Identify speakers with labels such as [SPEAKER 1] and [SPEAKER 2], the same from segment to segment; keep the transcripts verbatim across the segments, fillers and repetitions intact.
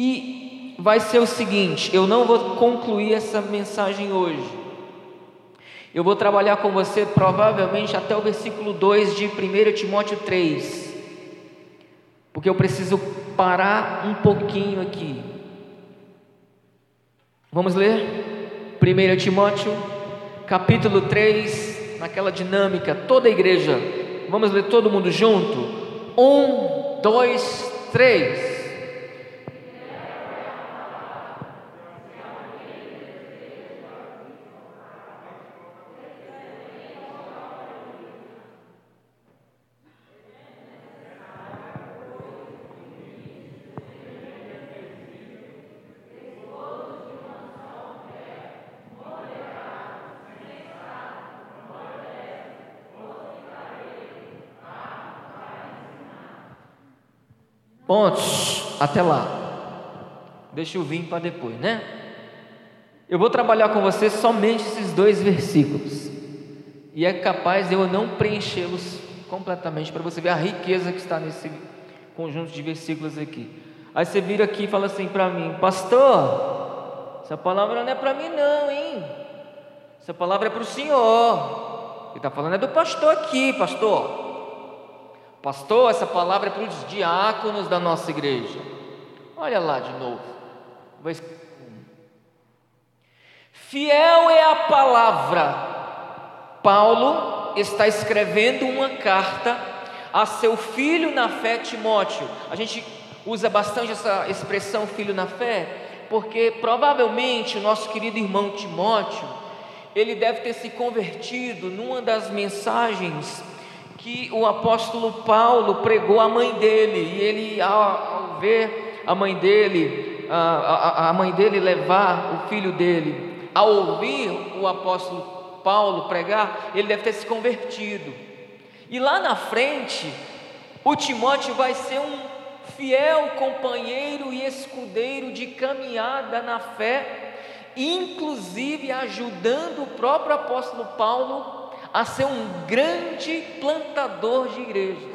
[SPEAKER 1] E vai ser o seguinte: eu não vou concluir essa mensagem hoje. Eu vou trabalhar com você provavelmente até o versículo dois de primeira Timóteo três, porque eu preciso parar um pouquinho aqui. Vamos ler? primeira Timóteo, capítulo três, naquela dinâmica, toda a igreja. Vamos ler todo mundo junto? Um, dois, três. Pontos, até lá. Deixa eu vir para depois, né? Eu vou trabalhar com você somente esses dois versículos, e é capaz de eu não preenchê-los completamente, para você ver a riqueza que está nesse conjunto de versículos aqui. Aí você vira aqui e fala assim para mim: pastor, essa palavra não é para mim não, hein? Essa palavra é para o senhor. Ele está falando é do pastor aqui, pastor. Pastor, essa palavra é para os diáconos da nossa igreja. Olha lá de novo. Fiel é a palavra. Paulo está escrevendo uma carta a seu filho na fé, Timóteo. A gente usa bastante essa expressão filho na fé, porque provavelmente o nosso querido irmão Timóteo, ele deve ter se convertido numa das mensagens que o apóstolo Paulo pregou à mãe dele, e ele, ao, ao ver a mãe dele, a, a, a mãe dele levar o filho dele, ao ouvir o apóstolo Paulo pregar, ele deve ter se convertido. E lá na frente, o Timóteo vai ser um fiel companheiro e escudeiro de caminhada na fé, inclusive ajudando o próprio apóstolo Paulo a ser um grande plantador de igrejas.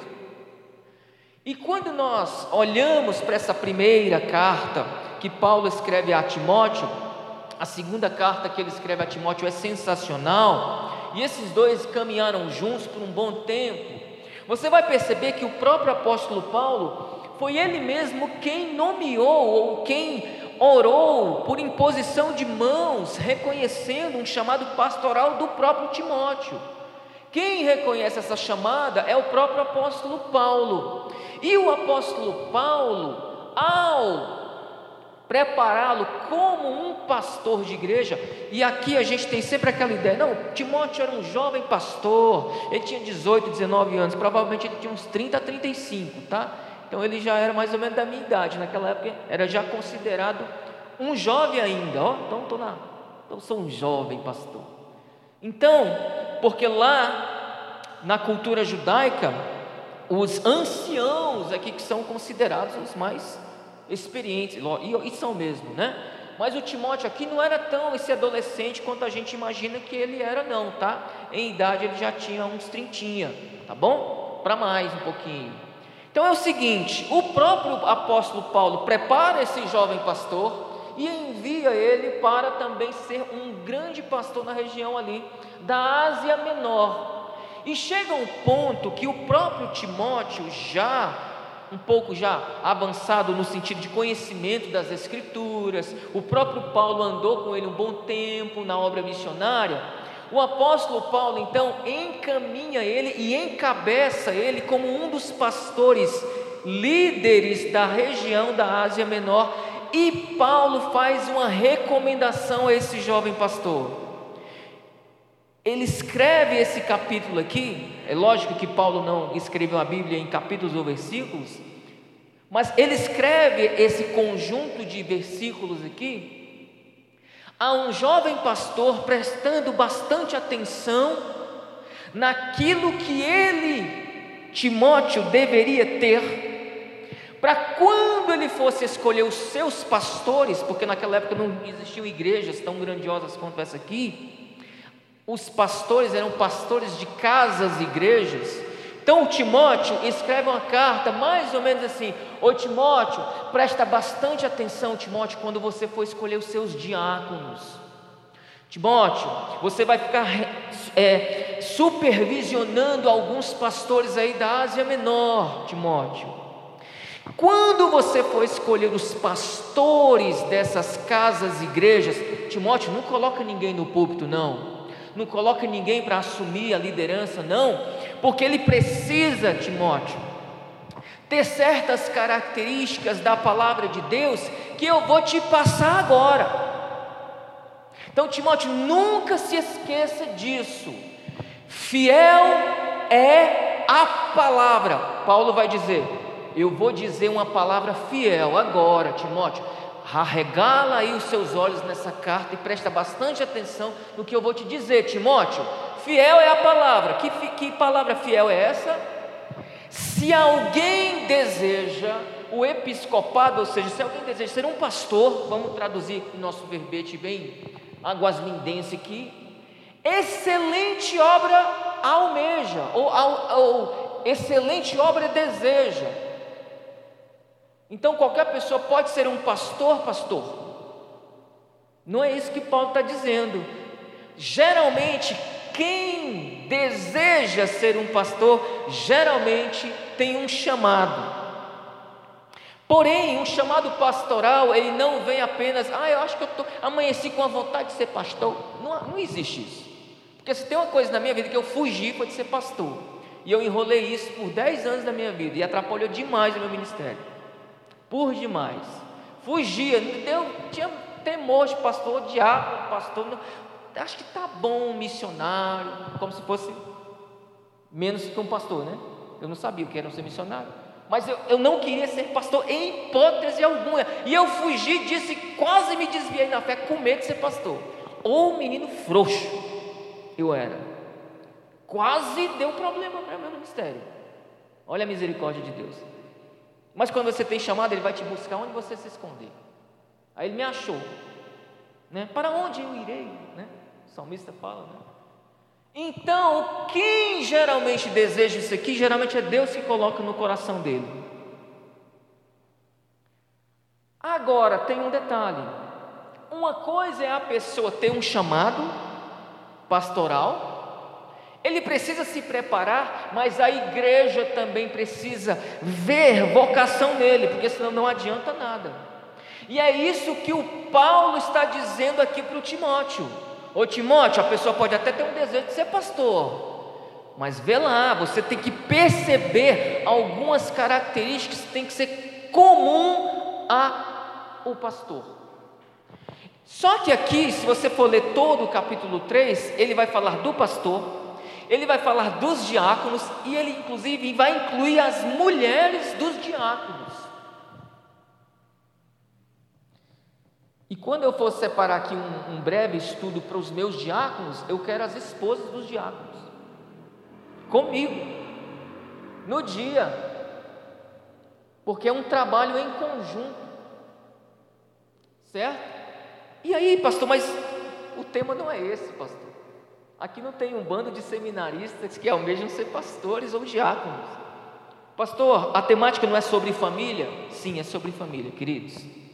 [SPEAKER 1] E quando nós olhamos para essa primeira carta que Paulo escreve a Timóteo, a segunda carta que ele escreve a Timóteo é sensacional, e esses dois caminharam juntos por um bom tempo. Você vai perceber que o próprio apóstolo Paulo foi ele mesmo quem nomeou, ou quem orou por imposição de mãos, reconhecendo um chamado pastoral do próprio Timóteo. Quem reconhece essa chamada é o próprio apóstolo Paulo. E o apóstolo Paulo, ao prepará-lo como um pastor de igreja, e aqui a gente tem sempre aquela ideia, não, Timóteo era um jovem pastor, ele tinha dezoito, dezenove anos, provavelmente ele tinha uns trinta a trinta e cinco, tá? Então ele já era mais ou menos da minha idade, naquela época era já considerado um jovem ainda, ó, então estou na, então sou um jovem pastor. Então, porque lá na cultura judaica, os anciãos aqui que são considerados os mais experientes, e, e são mesmo, né? Mas o Timóteo aqui não era tão esse adolescente quanto a gente imagina que ele era não, tá? Em idade ele já tinha uns trintinha, tá bom? Para mais um pouquinho. Então é o seguinte, o próprio apóstolo Paulo prepara esse jovem pastor e envia ele para também ser um grande pastor na região ali da Ásia Menor. E chega um ponto que o próprio Timóteo, já um pouco já avançado no sentido de conhecimento das Escrituras, o próprio Paulo andou com ele um bom tempo na obra missionária, o apóstolo Paulo então encaminha ele e encabeça ele como um dos pastores líderes da região da Ásia Menor, e Paulo faz uma recomendação a esse jovem pastor. Ele escreve esse capítulo aqui, é lógico que Paulo não escreveu a Bíblia em capítulos ou versículos, mas ele escreve esse conjunto de versículos aqui a um jovem pastor, prestando bastante atenção naquilo que ele, Timóteo, deveria ter, para quando ele fosse escolher os seus pastores, porque naquela época não existiam igrejas tão grandiosas quanto essa aqui, os pastores eram pastores de casas e igrejas, Então Timóteo escreve uma carta mais ou menos assim: ô Timóteo, presta bastante atenção, Timóteo, quando você for escolher os seus diáconos. Timóteo, você vai ficar é, supervisionando alguns pastores aí da Ásia Menor, Timóteo. Quando você for escolher os pastores dessas casas, igrejas, Timóteo, não coloca ninguém no púlpito, não. Não coloca ninguém para assumir a liderança, não. Porque ele precisa, Timóteo, ter certas características da palavra de Deus que eu vou te passar agora. Então, Timóteo, nunca se esqueça disso. Fiel é a palavra. Paulo vai dizer: eu vou dizer uma palavra fiel agora, Timóteo. Arregala aí os seus olhos nessa carta e presta bastante atenção no que eu vou te dizer, Timóteo. Fiel é a palavra. Que, que palavra fiel é essa? Se alguém deseja o episcopado, ou seja, se alguém deseja ser um pastor, vamos traduzir o nosso verbete bem aguaslindense aqui, excelente obra almeja, ou, ou, ou excelente obra deseja. Então qualquer pessoa pode ser um pastor, pastor. Não é isso que Paulo está dizendo. Geralmente, quem deseja ser um pastor, geralmente tem um chamado. Porém, um chamado pastoral, ele não vem apenas, ah, eu acho que eu tô, amanheci com a vontade de ser pastor. Não, não existe isso. Porque se tem uma coisa na minha vida que eu fugi, foi de ser pastor. E eu enrolei isso por dez anos da minha vida, e atrapalhou demais o meu ministério. Por demais. Fugia, eu tinha temor de pastor, diabo, pastor. Não, acho que tá bom um missionário, como se fosse menos que um pastor, né? Eu não sabia o que era ser missionário. Mas eu, eu não queria ser pastor em hipótese alguma. E eu fugi disso e quase me desviei na fé com medo de ser pastor. Ou um menino frouxo eu era. Quase deu problema para o meu ministério. Olha a misericórdia de Deus. Mas quando você tem chamado, Ele vai te buscar onde você se esconder. Aí Ele me achou, né? Para onde eu irei, né? O salmista fala, né? Então, quem geralmente deseja isso aqui, geralmente é Deus que coloca no coração dele. Agora, tem um detalhe. Uma coisa é a pessoa ter um chamado pastoral, ele precisa se preparar, mas a igreja também precisa ver vocação nele, porque senão não adianta nada. E é isso que o Paulo está dizendo aqui para o Timóteo. Ô Timóteo, a pessoa pode até ter um desejo de ser pastor, mas vê lá, você tem que perceber algumas características que tem que ser comum ao pastor. Só que aqui, se você for ler todo o capítulo três, ele vai falar do pastor, ele vai falar dos diáconos, e ele inclusive vai incluir as mulheres dos diáconos. E quando eu for separar aqui um, um breve estudo para os meus diáconos, eu quero as esposas dos diáconos comigo no dia, porque é um trabalho em conjunto, certo? E aí, pastor, mas o tema não é esse, pastor. Aqui não tem um bando de seminaristas que almejam ser pastores ou diáconos. Pastor, a temática não é sobre família? Sim, é sobre família, queridos.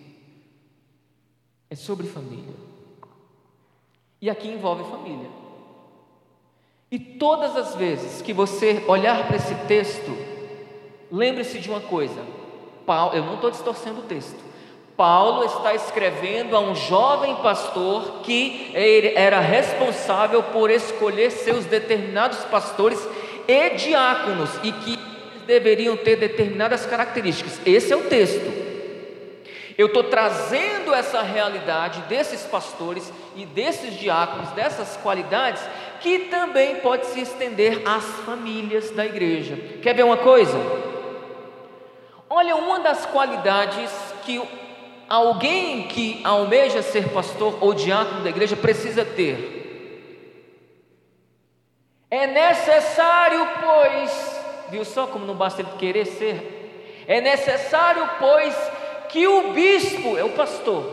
[SPEAKER 1] É sobre família. E aqui envolve família. E todas as vezes que você olhar para esse texto, lembre-se de uma coisa. Paulo, eu não estou distorcendo o texto. Paulo está escrevendo a um jovem pastor que era responsável por escolher seus determinados pastores e diáconos, e que eles deveriam ter determinadas características. Esse é o texto. Eu estou trazendo essa realidade desses pastores e desses diáconos, dessas qualidades, que também pode se estender às famílias da igreja. Quer ver uma coisa? Olha, uma das qualidades que alguém que almeja ser pastor ou diácono da igreja precisa ter. É necessário, pois, viu só como não basta ele querer ser? É necessário, pois, que o bispo, é o pastor,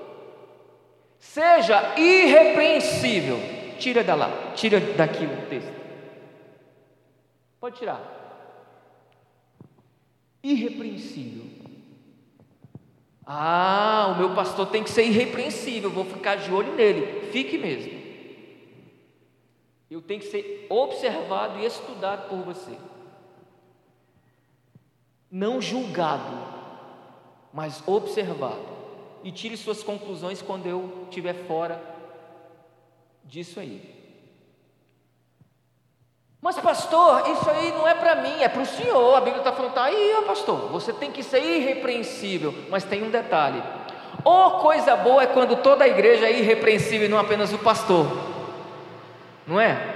[SPEAKER 1] seja irrepreensível. Tira da lá, tira daqui o texto. Pode tirar. irrepreensível. Ah, o meu pastor tem que ser irrepreensível, eu vou ficar de olho nele. Fique mesmo. Eu tenho que ser observado e estudado por você. Não julgado, mas observado. E tire suas conclusões quando eu estiver fora disso aí. Mas pastor, isso aí não é para mim, é para o senhor. A Bíblia está falando, tá aí, ó pastor, você tem que ser irrepreensível. Mas tem um detalhe: oh, coisa boa é quando toda a igreja é irrepreensível e não apenas o pastor, não é?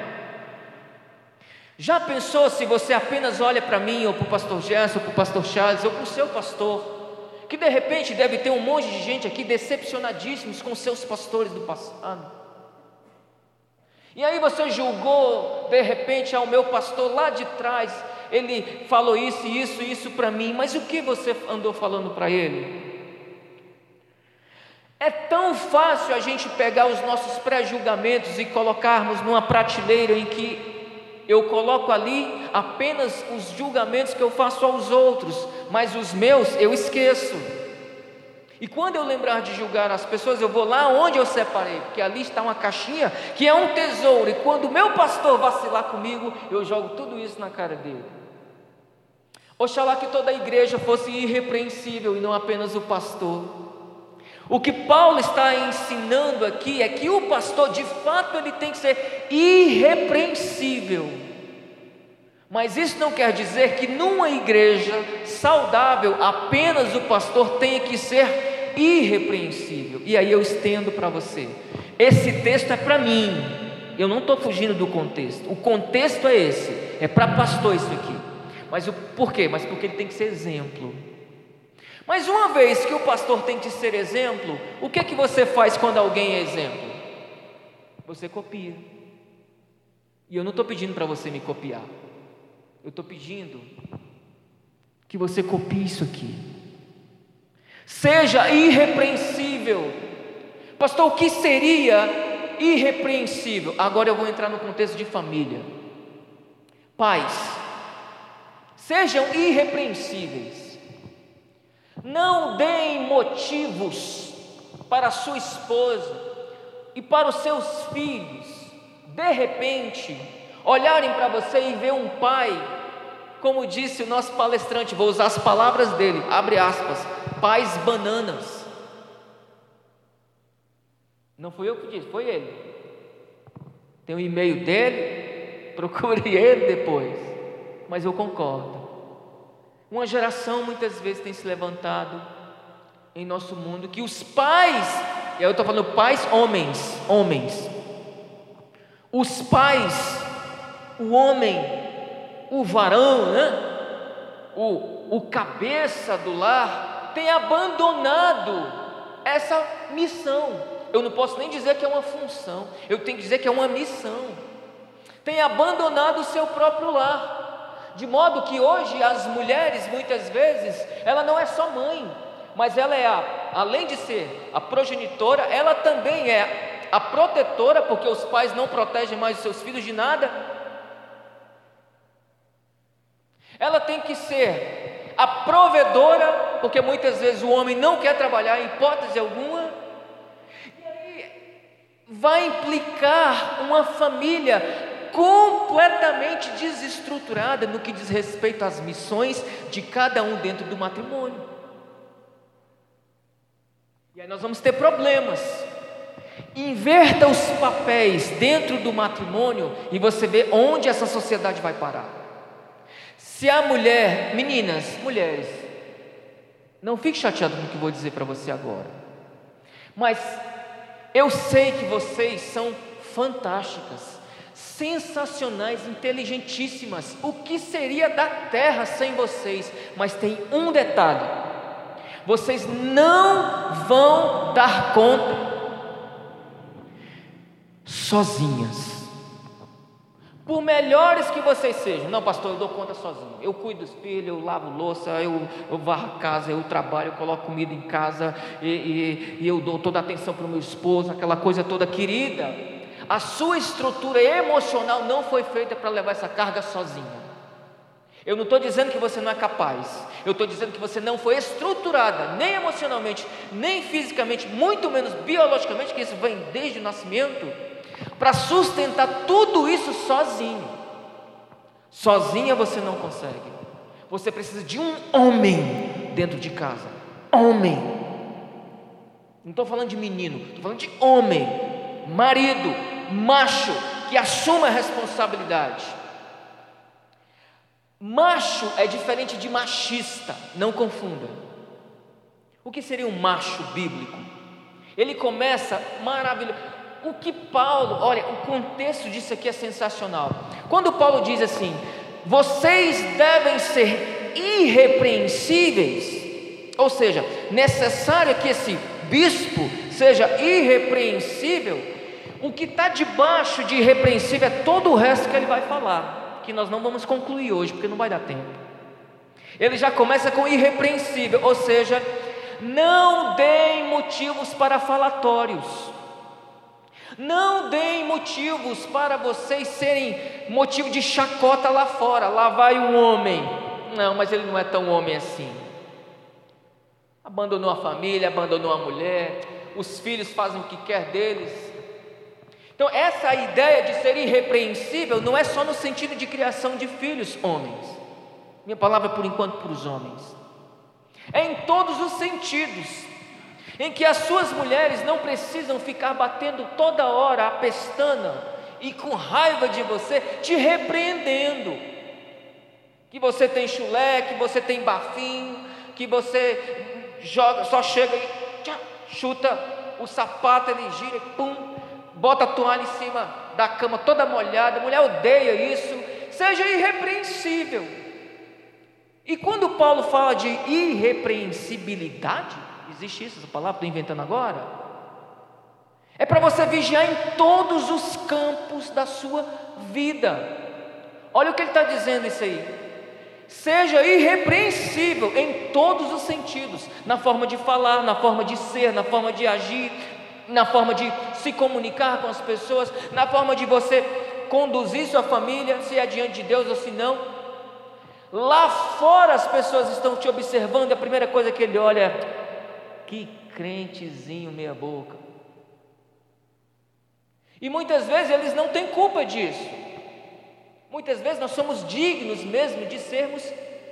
[SPEAKER 1] Já pensou se você apenas olha para mim, ou para o pastor Gerson, ou para o pastor Charles, ou para o seu pastor, que de repente deve ter um monte de gente aqui decepcionadíssimos com seus pastores do passado. E aí você julgou de repente ao meu pastor lá de trás, ele falou isso, isso, isso para mim, mas o que você andou falando para ele? É tão fácil a gente pegar os nossos pré-julgamentos e colocarmos numa prateleira em que eu coloco ali apenas os julgamentos que eu faço aos outros, mas os meus eu esqueço. E quando eu lembrar de julgar as pessoas, eu vou lá onde eu separei, porque ali está uma caixinha que é um tesouro, e quando o meu pastor vacilar comigo, eu jogo tudo isso na cara dele. Oxalá que toda a igreja fosse irrepreensível e não apenas o pastor. O que Paulo está ensinando aqui é que o pastor, de fato, ele tem que ser irrepreensível. Mas isso não quer dizer que numa igreja saudável, apenas o pastor tenha que ser irrepreensível. E aí eu estendo para você. Esse texto é para mim. Eu não estou fugindo do contexto. O contexto é esse. É para pastor isso aqui. Mas o, por quê? Mas porque ele tem que ser exemplo. Mas uma vez que o pastor tem que ser exemplo, o que é que você faz quando alguém é exemplo? Você copia. E eu não estou pedindo para você me copiar. Eu estou pedindo que você copie isso aqui. Seja irrepreensível. Pastor, o que seria irrepreensível? Agora eu vou entrar no contexto de família. Pais, sejam irrepreensíveis. Não deem motivos para a sua esposa e para os seus filhos, de repente, olharem para você e ver um pai, como disse o nosso palestrante, vou usar as palavras dele, abre aspas, pais bananas. Não fui eu que disse, foi ele. Tem o e-mail dele, procure ele depois. Mas eu concordo. Uma geração muitas vezes tem se levantado em nosso mundo que os pais, e aí eu estou falando pais homens, homens, os pais, o homem, o varão, né? o, o cabeça do lar, tem abandonado essa missão. Eu não posso nem dizer que é uma função, eu tenho que dizer que é uma missão. Tem abandonado o seu próprio lar, de modo que hoje as mulheres, muitas vezes, ela não é só mãe, mas ela é, a, além de ser a progenitora, ela também é a protetora, porque os pais não protegem mais os seus filhos de nada. Ela tem que ser a provedora, porque muitas vezes o homem não quer trabalhar em hipótese alguma, e aí vai implicar uma família completamente desestruturada no que diz respeito às missões de cada um dentro do matrimônio. E aí nós vamos ter problemas. Inverta os papéis dentro do matrimônio e você vê onde essa sociedade vai parar. Se a mulher, meninas, mulheres, não fique chateado com o que vou dizer para você agora, mas eu sei que vocês são fantásticas, sensacionais, inteligentíssimas. O que seria da terra sem vocês? Mas tem um detalhe: vocês não vão dar conta sozinhas. Por melhores que vocês sejam, não, pastor, eu dou conta sozinho, eu cuido dos filhos, eu lavo louça, eu, eu varro a casa, eu trabalho, eu coloco comida em casa, e, e, e eu dou toda a atenção para o meu esposo, aquela coisa toda. Querida, a sua estrutura emocional não foi feita para levar essa carga sozinha. Eu não estou dizendo que você não é capaz, eu estou dizendo que você não foi estruturada, nem emocionalmente, nem fisicamente, muito menos biologicamente, que isso vem desde o nascimento, para sustentar tudo isso sozinho. Sozinha você não consegue. Você precisa de um homem dentro de casa. Homem. Não estou falando de menino, estou falando de homem, marido, macho, que assuma a responsabilidade. Macho é diferente de machista, não confunda. O que seria um macho bíblico? Ele começa maravilhoso. O que Paulo, olha, o contexto disso aqui é sensacional. Quando Paulo diz assim: vocês devem ser irrepreensíveis, ou seja, necessário que esse bispo seja irrepreensível. O que está debaixo de irrepreensível é todo o resto que ele vai falar, que nós não vamos concluir hoje, porque não vai dar tempo. Ele já começa com irrepreensível, ou seja, não deem motivos para falatórios, não deem motivos para vocês serem motivo de chacota lá fora. Lá vai um homem, não, mas ele não é tão homem assim, abandonou a família, abandonou a mulher, os filhos fazem o que quer deles. Então essa ideia de ser irrepreensível não é só no sentido de criação de filhos, homens. Minha palavra por enquanto para os homens. É em todos os sentidos, em que as suas mulheres não precisam ficar batendo toda hora a pestana e com raiva de você, te repreendendo. Que você tem chulé, que você tem bafinho, que você joga, só chega e tchá, chuta o sapato, ele gira e pum, bota a toalha em cima da cama toda molhada. A mulher odeia isso. Seja irrepreensível. E quando Paulo fala de irrepreensibilidade, existe isso, essa palavra, estou inventando agora, é para você vigiar em todos os campos da sua vida. Olha o que ele está dizendo isso aí: seja irrepreensível em todos os sentidos, na forma de falar, na forma de ser, na forma de agir, na forma de se comunicar com as pessoas, na forma de você conduzir sua família, se é diante de Deus ou se não. Lá fora as pessoas estão te observando, e a primeira coisa que ele olha é: que crentezinho meia boca. E muitas vezes eles não têm culpa disso. Muitas vezes nós somos dignos mesmo de sermos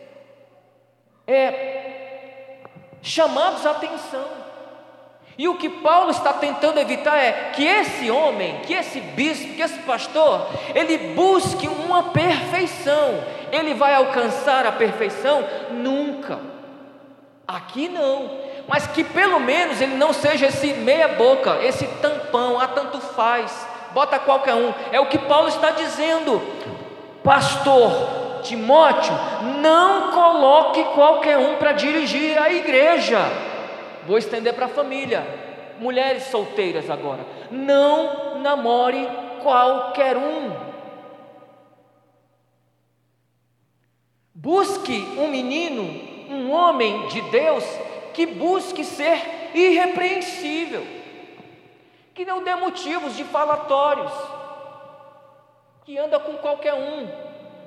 [SPEAKER 1] é, chamados a atenção. E o que Paulo está tentando evitar é que esse homem, que esse bispo, que esse pastor, ele busque uma perfeição. Ele vai alcançar a perfeição? Nunca. Aqui não. Mas que pelo menos ele não seja esse meia boca, esse tampão, ah, tanto faz, bota qualquer um. É o que Paulo está dizendo: pastor Timóteo, não coloque qualquer um para dirigir a igreja. Vou estender para a família, mulheres solteiras agora, não namore qualquer um. Busque um menino, um homem de Deus, que busque ser irrepreensível, que não dê motivos de falatórios, que anda com qualquer um.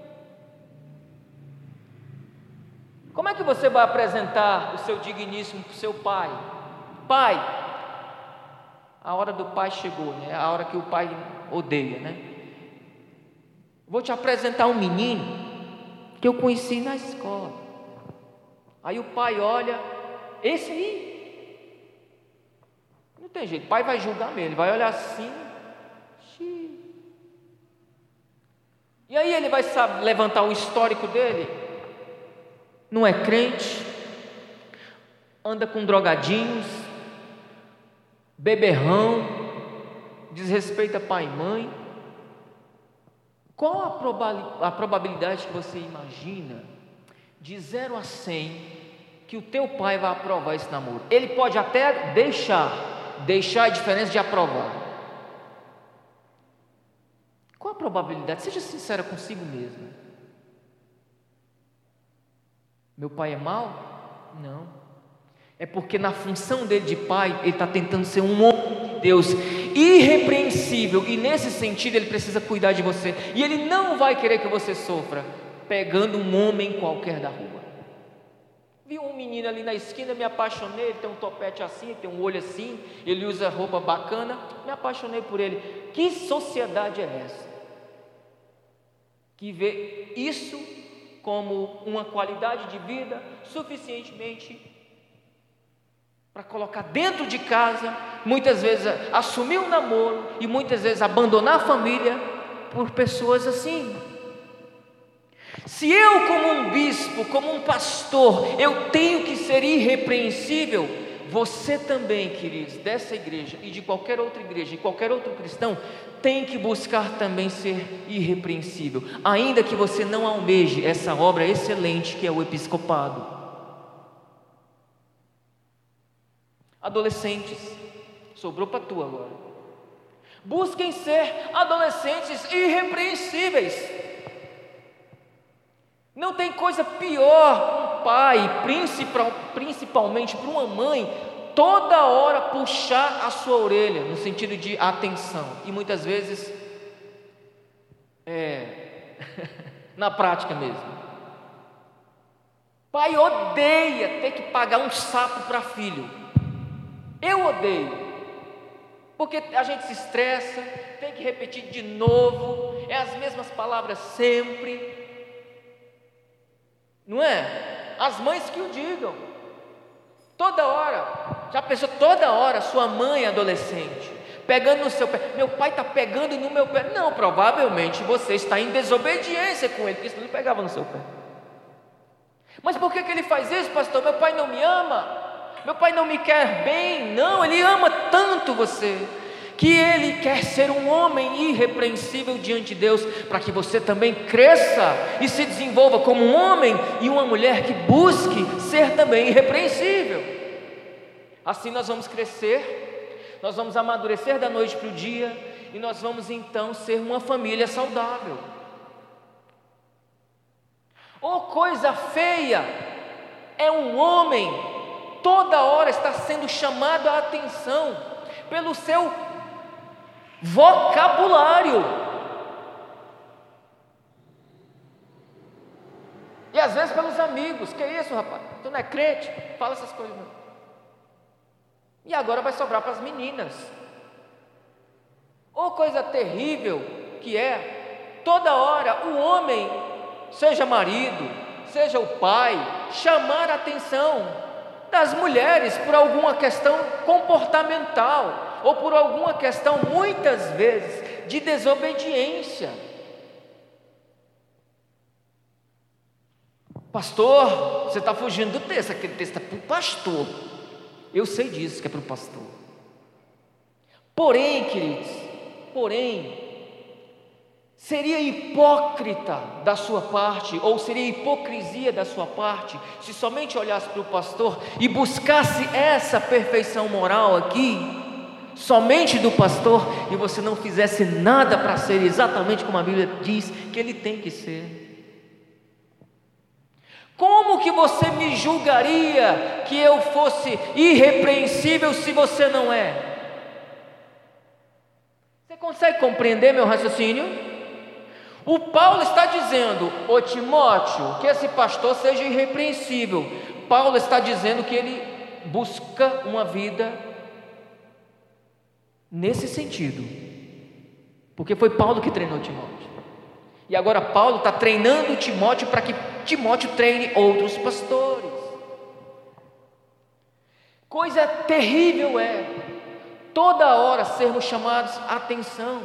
[SPEAKER 1] Como é que você vai apresentar o seu digníssimo para o seu pai? Pai, a hora do pai chegou, né? A hora que o pai odeia, né? Vou te apresentar um menino que eu conheci na escola. Aí o pai olha: esse aí, não tem jeito, o pai vai julgar mesmo, ele vai olhar assim, xiii. E aí ele vai sabe, levantar o histórico dele. Não é crente, anda com drogadinhos, beberrão, desrespeita pai e mãe. Qual a, proba- a probabilidade que você imagina de zero a cem que o teu pai vai aprovar esse namoro? Ele pode até deixar, deixar a diferença de aprovar. Qual a probabilidade? Seja sincera consigo mesmo. Meu pai é mau? Não. É porque na função dele de pai, ele está tentando ser um homem de Deus irrepreensível, e nesse sentido ele precisa cuidar de você, e ele não vai querer que você sofra. pegando um homem qualquer da rua. Vi um menino ali na esquina, me apaixonei, ele tem um topete assim, tem um olho assim, ele usa roupa bacana, me apaixonei por ele. Que sociedade é essa? Que vê isso como uma qualidade de vida suficientemente para colocar dentro de casa, muitas vezes assumir um namoro e muitas vezes abandonar a família por pessoas assim. Se eu, como um bispo, como um pastor, eu tenho que ser irrepreensível, você também, queridos, dessa igreja e de qualquer outra igreja, e qualquer outro cristão, tem que buscar também ser irrepreensível, ainda que você não almeje essa obra excelente que é o episcopado. Adolescentes, sobrou para tu agora. Busquem ser adolescentes irrepreensíveis. Não tem coisa pior um pai, principal, principalmente para uma mãe, toda hora puxar a sua orelha, no sentido de atenção, e muitas vezes, é, na prática mesmo. Pai odeia ter que pagar um sapo para filho. Eu odeio, porque a gente se estressa, tem que repetir de novo, é as mesmas palavras sempre. Não é? As mães que o digam, toda hora. Já pensou, toda hora sua mãe adolescente pegando no seu pé, meu pai está pegando no meu pé. Não, provavelmente você está em desobediência com ele, porque senão ele pegava no seu pé. Mas por que, que ele faz isso, pastor? Meu pai não me ama, meu pai não me quer bem. Não, ele ama tanto você, que ele quer ser um homem irrepreensível diante de Deus, para que você também cresça e se desenvolva como um homem e uma mulher que busque ser também irrepreensível. Assim nós vamos crescer, nós vamos amadurecer da noite para o dia, e nós vamos então ser uma família saudável. Oh, coisa feia é um homem toda hora está sendo chamado a atenção pelo seu vocabulário, e às vezes pelos amigos. Que isso, rapaz? Tu não é crente? Fala essas coisas não. E agora vai sobrar para as meninas. Ou coisa terrível que é toda hora o homem, seja marido, seja o pai, chamar a atenção das mulheres por alguma questão comportamental, ou por alguma questão, muitas vezes, de desobediência. Pastor, você está fugindo do texto, aquele texto é para o pastor. Eu sei disso, que é para o pastor. Porém, queridos, porém, seria hipócrita da sua parte, ou seria hipocrisia da sua parte, se somente olhasse para o pastor e buscasse essa perfeição moral aqui, somente do pastor, e você não fizesse nada para ser exatamente como a Bíblia diz que ele tem que ser. Como que você me julgaria que eu fosse irrepreensível se você não é? Você consegue compreender meu raciocínio? O Paulo está dizendo, ô Timóteo, que esse pastor seja irrepreensível. Paulo está dizendo que ele busca uma vida nesse sentido, porque foi Paulo que treinou Timóteo, e agora Paulo está treinando Timóteo para que Timóteo treine outros pastores. Coisa terrível é toda hora sermos chamados a atenção.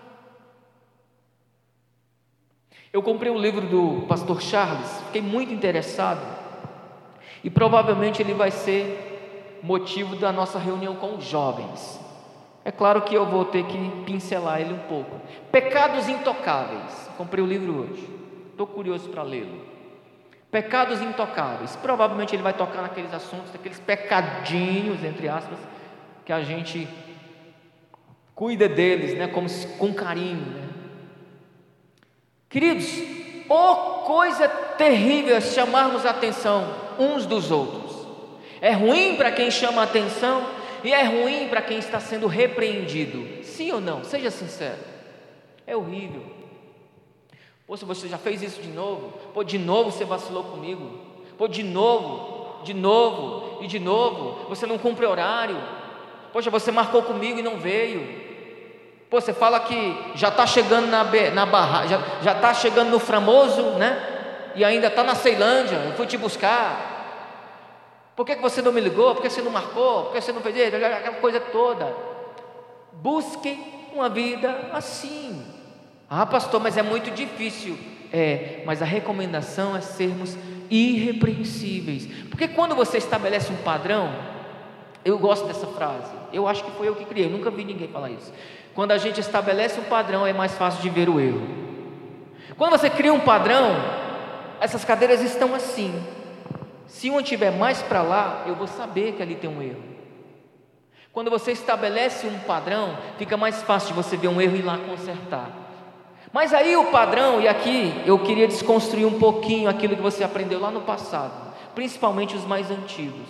[SPEAKER 1] Eu comprei o livro do pastor Charles, fiquei muito interessado, e provavelmente ele vai ser motivo da nossa reunião com os jovens. É claro que eu vou ter que pincelar ele um pouco. Pecados intocáveis. Comprei o livro hoje, estou curioso para lê-lo. Pecados intocáveis. Provavelmente ele vai tocar naqueles assuntos, naqueles pecadinhos, entre aspas, que a gente cuida deles, né, como se, com carinho, né? Queridos, oh, coisa terrível é chamarmos a atenção uns dos outros. É ruim para quem chama a atenção, e é ruim para quem está sendo repreendido. Sim ou não? Seja sincero. É horrível. Pô, se você já fez isso de novo, pô, de novo você vacilou comigo, pô, de novo, de novo e de novo, você não cumpre horário, poxa, você marcou comigo e não veio. Pô, você fala que já está chegando na, na barra, já já está chegando no Framoso, né? E ainda está na Ceilândia. Eu fui te buscar. Por que, que você não me ligou? Por que você não marcou? Por que você não fez isso? Aquela coisa toda. Busque uma vida assim. Ah, pastor, mas é muito difícil. É, mas a recomendação é sermos irrepreensíveis. Porque quando você estabelece um padrão, eu gosto dessa frase. Eu acho que foi eu que criei. Eu nunca vi ninguém falar isso. Quando a gente estabelece um padrão, é mais fácil de ver o erro. Quando você cria um padrão, essas cadeiras estão assim. Se uma estiver mais para lá, eu vou saber que ali tem um erro. Quando você estabelece um padrão, fica mais fácil de você ver um erro e ir lá consertar. Mas aí o padrão, e aqui eu queria desconstruir um pouquinho aquilo que você aprendeu lá no passado, principalmente os mais antigos.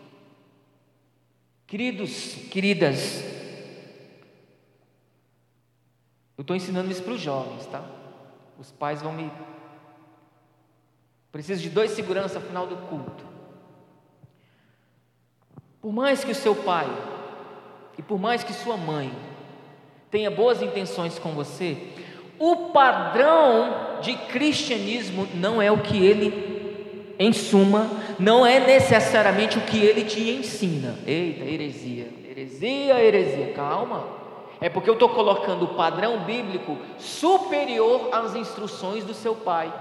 [SPEAKER 1] Queridos, queridas, eu estou ensinando isso para os jovens, tá? Os pais vão me... Preciso de dois seguranças no final do culto. Por mais que o seu pai e por mais que sua mãe tenha boas intenções com você, o padrão de cristianismo não é o que ele, em suma, não é necessariamente o que ele te ensina. Eita, heresia, heresia, heresia, calma. É porque eu estou colocando o padrão bíblico superior às instruções do seu pai.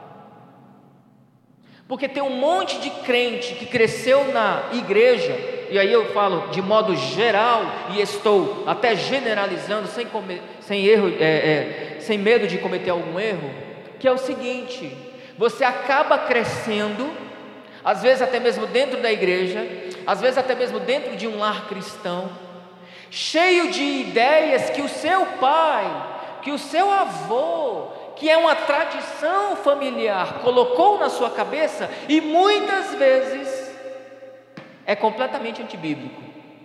[SPEAKER 1] Porque tem um monte de crente que cresceu na igreja, e aí eu falo de modo geral, e estou até generalizando, sem, comer, sem, erro, é, é, sem medo de cometer algum erro, que é o seguinte: você acaba crescendo, às vezes até mesmo dentro da igreja, às vezes até mesmo dentro de um lar cristão, cheio de ideias que o seu pai, que o seu avô, que é uma tradição familiar, colocou na sua cabeça, e muitas vezes é completamente antibíblico.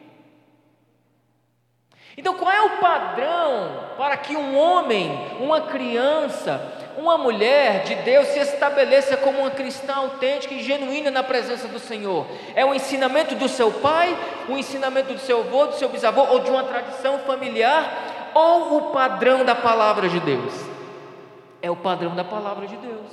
[SPEAKER 1] Então, qual é o padrão para que um homem, uma criança, uma mulher de Deus se estabeleça como uma cristã autêntica e genuína na presença do Senhor? É o ensinamento do seu pai, o ensinamento do seu avô, do seu bisavô, ou de uma tradição familiar, ou o padrão da palavra de Deus? É o padrão da palavra de Deus.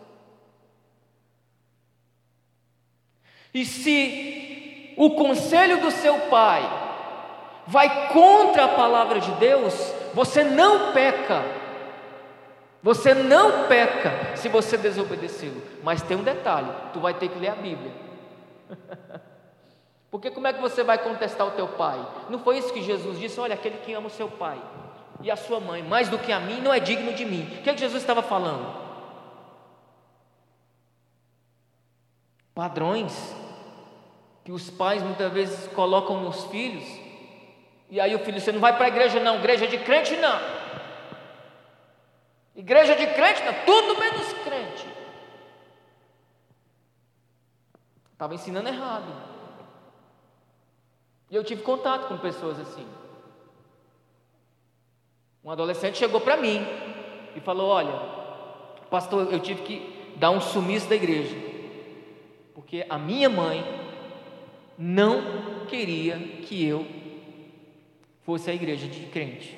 [SPEAKER 1] E se o conselho do seu pai vai contra a palavra de Deus, você não peca, você não peca se você desobedecê-lo. Mas tem um detalhe: tu vai ter que ler a Bíblia. Porque como é que você vai contestar o teu pai? Não foi isso que Jesus disse? Olha, aquele que ama o seu pai e a sua mãe mais do que a mim não é digno de mim. O que é que Jesus estava falando? Padrões que os pais muitas vezes colocam nos filhos. E aí o filho, você não vai para a igreja não, igreja de crente não, igreja de crente não, tudo menos crente. Estava ensinando errado. E eu tive contato com pessoas assim. Um adolescente chegou para mim e falou: olha, pastor, eu tive que dar um sumiço da igreja, porque a minha mãe não queria que eu fosse à igreja de crente.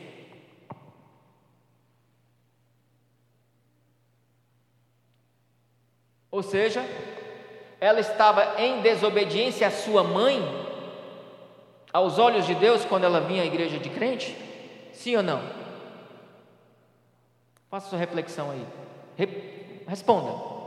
[SPEAKER 1] Ou seja, ela estava em desobediência à sua mãe, aos olhos de Deus, quando ela vinha à igreja de crente? Sim ou não? Faça sua reflexão aí. Re- Responda.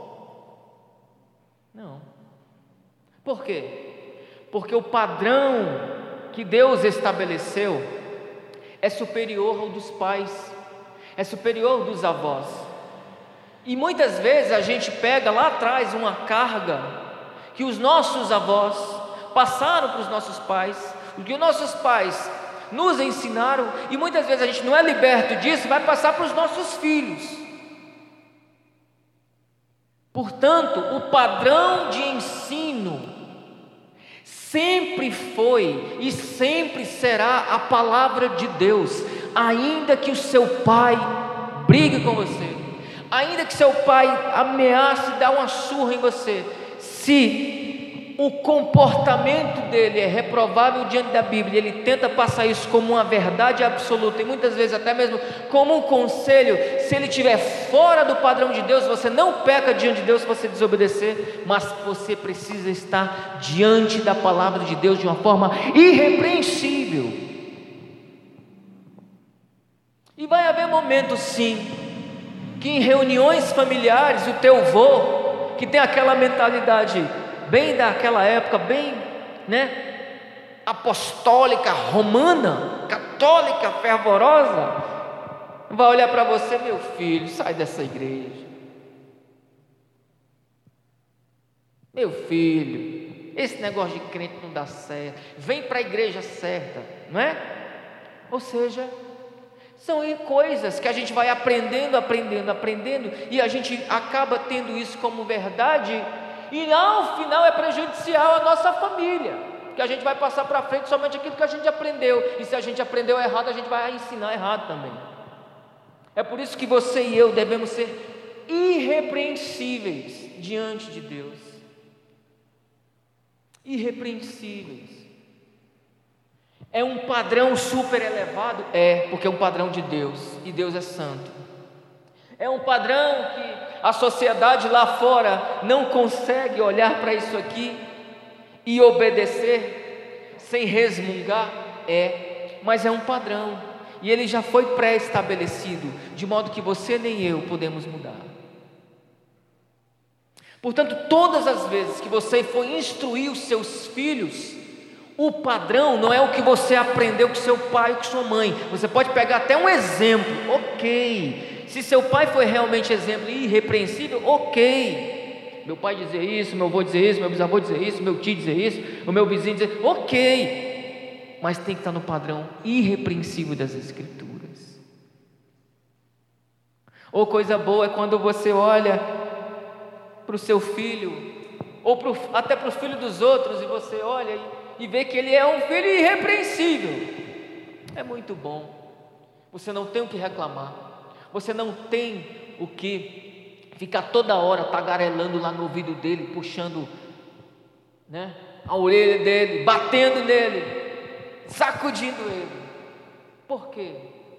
[SPEAKER 1] Não. Por quê? Porque o padrão que Deus estabeleceu é superior ao dos pais, é superior ao dos avós. E muitas vezes a gente pega lá atrás uma carga que os nossos avós passaram para os nossos pais, o que os nossos pais nos ensinaram, e muitas vezes a gente não é liberto disso, vai passar para os nossos filhos. Portanto, o padrão de ensino sempre foi e sempre será a palavra de Deus, ainda que o seu pai brigue com você, ainda que seu pai ameace dar uma surra em você, se o comportamento dele é reprovável diante da Bíblia, ele tenta passar isso como uma verdade absoluta, e muitas vezes até mesmo como um conselho, se ele estiver fora do padrão de Deus, você não peca diante de Deus se você desobedecer, mas você precisa estar diante da palavra de Deus de uma forma irrepreensível. E vai haver momentos sim, que em reuniões familiares, o teu vô, que tem aquela mentalidade bem daquela época, bem, né, apostólica, romana, católica, fervorosa, vai olhar para você: meu filho, sai dessa igreja, meu filho, esse negócio de crente não dá certo, vem para a igreja certa, não é? Ou seja, são coisas que a gente vai aprendendo, aprendendo, aprendendo, e a gente acaba tendo isso como verdade, e ao final é prejudicial à nossa família, que a gente vai passar para frente somente aquilo que a gente aprendeu, e se a gente aprendeu errado, a gente vai ensinar errado também. É por isso que você e eu devemos ser irrepreensíveis diante de Deus, irrepreensíveis. É um padrão super elevado? É, porque é um padrão de Deus, e Deus é santo. É um padrão que a sociedade lá fora não consegue olhar para isso aqui e obedecer sem resmungar? É, mas é um padrão, e ele já foi pré-estabelecido, de modo que você nem eu podemos mudar. Portanto, todas as vezes que você for instruir os seus filhos, o padrão não é o que você aprendeu com seu pai ou com sua mãe. Você pode pegar até um exemplo, ok. Se seu pai foi realmente exemplo e irrepreensível, ok. Meu pai dizia isso, meu avô dizia isso, meu bisavô dizia isso, meu tio dizia isso, o meu vizinho dizia, ok. Mas tem que estar no padrão irrepreensível das Escrituras. Ou coisa boa é quando você olha para o seu filho, ou pro, até para o filho dos outros, e você olha e, e vê que ele é um filho irrepreensível. É muito bom. Você não tem o que reclamar, você não tem o que ficar toda hora tagarelando lá no ouvido dele, puxando, né, a orelha dele, batendo nele, sacudindo ele. Por quê?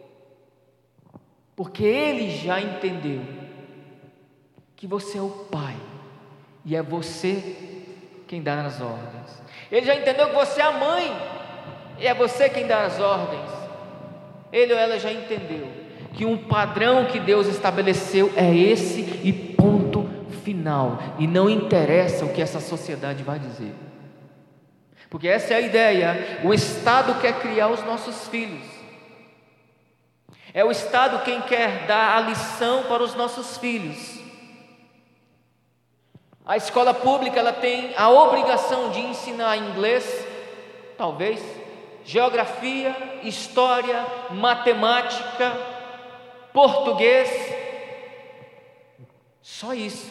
[SPEAKER 1] Porque ele já entendeu que você é o pai, e é você quem dá as ordens. Ele já entendeu que você é a mãe, e é você quem dá as ordens. Ele ou ela já entendeu que um padrão que Deus estabeleceu é esse, e ponto final, e não interessa o que essa sociedade vai dizer, porque essa é a ideia. O Estado quer criar os nossos filhos, é o Estado quem quer dar a lição para os nossos filhos. A escola pública, ela tem a obrigação de ensinar inglês, talvez, geografia, história, matemática, português, só isso.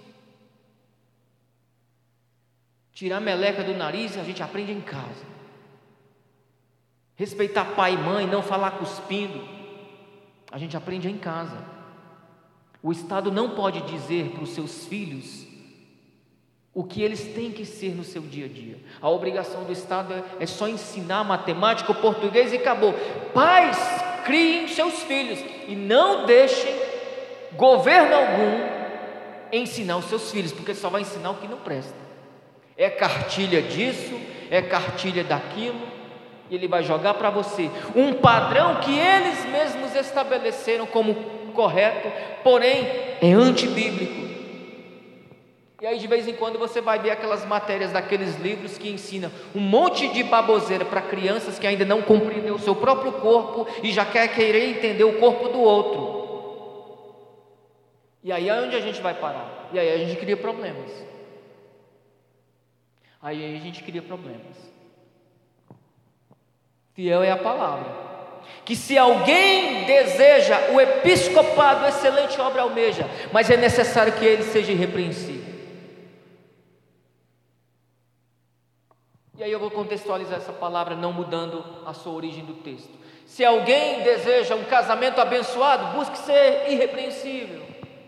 [SPEAKER 1] Tirar a meleca do nariz a gente aprende em casa. Respeitar pai e mãe, não falar cuspindo, a gente aprende em casa. O Estado não pode dizer para os seus filhos o que eles têm que ser no seu dia a dia. A obrigação do Estado é, é só ensinar matemática, português e acabou. Pais, criem seus filhos e não deixem governo algum ensinar os seus filhos, porque só vai ensinar o que não presta. É cartilha disso, é cartilha daquilo, e ele vai jogar para você um padrão que eles mesmos estabeleceram como correto, porém é antibíblico. E aí de vez em quando você vai ver aquelas matérias daqueles livros que ensinam um monte de baboseira para crianças que ainda não compreendem o seu próprio corpo e já quer querer entender o corpo do outro. E aí é onde a gente vai parar. E aí a gente cria problemas. Aí a gente cria problemas. Fiel é a palavra, que se alguém deseja o episcopado, excelente obra almeja, mas é necessário que ele seja irrepreensível. E aí eu vou contextualizar essa palavra, não mudando a sua origem do texto. Se alguém deseja um casamento abençoado, busque ser irrepreensível.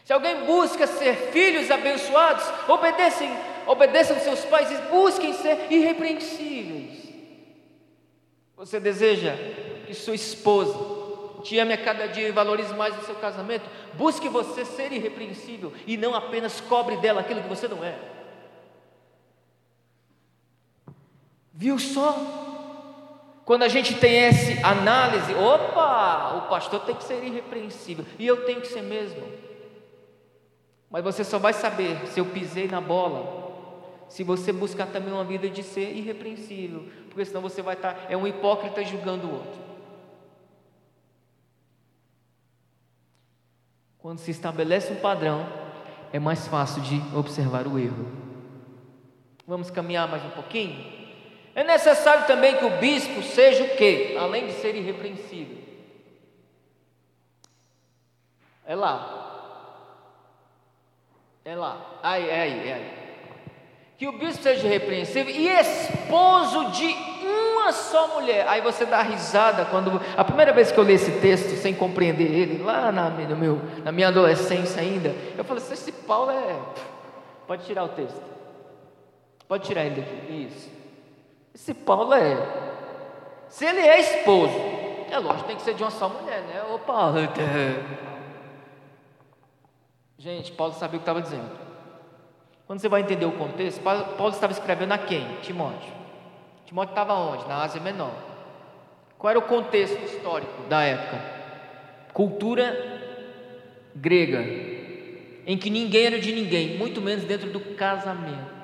[SPEAKER 1] Se alguém busca ser filhos abençoados, obedeçam, obedeçam seus pais e busquem ser irrepreensíveis. Você deseja que sua esposa te ame a cada dia e valorize mais o seu casamento? Busque você ser irrepreensível e não apenas cobre dela aquilo que você não é. Viu só? Quando a gente tem essa análise, opa, o pastor tem que ser irrepreensível e eu tenho que ser mesmo. Mas você só vai saber se eu pisei na bola se você buscar também uma vida de ser irrepreensível, porque senão você vai estar, é um hipócrita julgando o outro. Quando se estabelece um padrão, é mais fácil de observar o erro. Vamos caminhar mais um pouquinho? É necessário também que o bispo seja o quê? Além de ser irrepreensível, é lá, é lá, aí, é aí, é aí. Que o bispo seja irrepreensível e esposo de uma só mulher. Aí você dá risada quando, a primeira vez que eu li esse texto, sem compreender ele, lá na, no meu, na minha adolescência ainda, eu falei assim, esse Paulo é, pode tirar o texto, pode tirar ele daqui, isso, esse Paulo é, se ele é esposo, é lógico, tem que ser de uma só mulher, né? Ô Paulo, gente, Paulo sabia o que estava dizendo. Quando você vai entender o contexto, Paulo estava escrevendo a quem? Timóteo. Timóteo estava onde? Na Ásia Menor. Qual era o contexto histórico da época? Cultura grega, em que ninguém era de ninguém, muito menos dentro do casamento.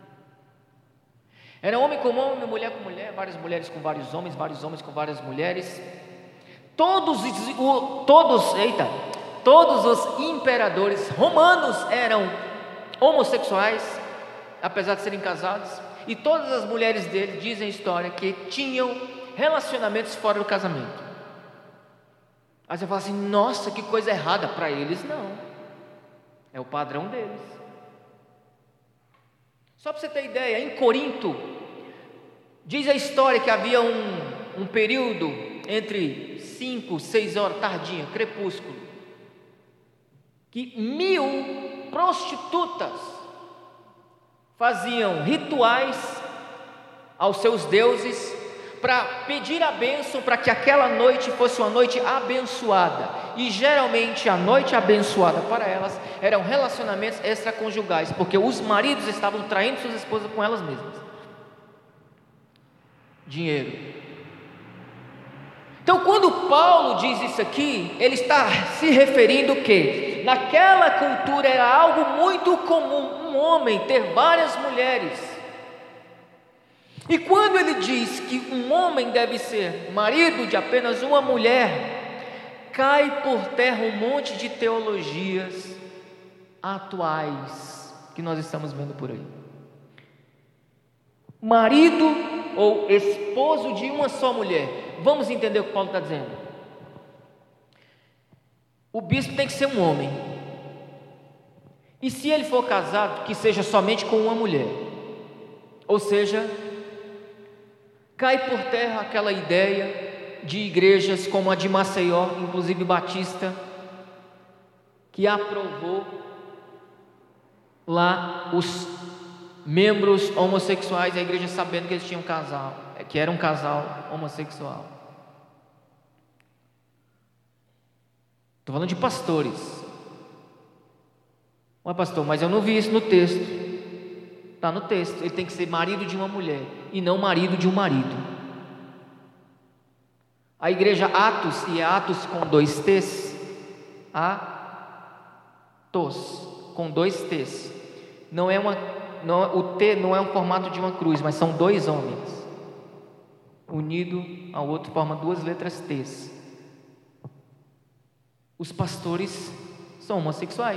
[SPEAKER 1] Era homem com homem, mulher com mulher, várias mulheres com vários homens, vários homens com várias mulheres. Todos, todos, eita, todos os imperadores romanos eram homossexuais, apesar de serem casados, e todas as mulheres dele, dizem a história, que tinham relacionamentos fora do casamento. Aí você fala assim, nossa, que coisa errada. Para eles não, é o padrão deles. Só para você ter ideia, em Corinto, diz a história que havia um, um período entre cinco, seis horas, tardinha, crepúsculo, que mil prostitutas faziam rituais aos seus deuses para pedir a bênção, para que aquela noite fosse uma noite abençoada. E geralmente a noite abençoada para elas eram relacionamentos extraconjugais, porque os maridos estavam traindo suas esposas com elas mesmas. Dinheiro. Então, quando Paulo diz isso aqui, ele está se referindo o quê? Naquela cultura era algo muito comum um homem ter várias mulheres. E quando ele diz que um homem deve ser marido de apenas uma mulher, cai por terra um monte de teologias atuais que nós estamos vendo por aí. Marido ou esposo de uma só mulher. Vamos entender o que Paulo está dizendo. O bispo tem que ser um homem. E se ele for casado, que seja somente com uma mulher. Ou seja, cai por terra aquela ideia de igrejas como a de Maceió, inclusive Batista, que aprovou lá os membros homossexuais da igreja, sabendo que eles tinham um casal, que era um casal homossexual. Estou falando de pastores. Ué, pastor, mas eu não vi isso no texto. Está no texto, ele tem que ser marido de uma mulher e não marido de um marido. A igreja Atos, e é Atos com dois T's, Atos com dois T's, não é uma, não, o T não é um formato de uma cruz, mas são dois homens unido ao outro, forma duas letras T's. Os pastores são homossexuais,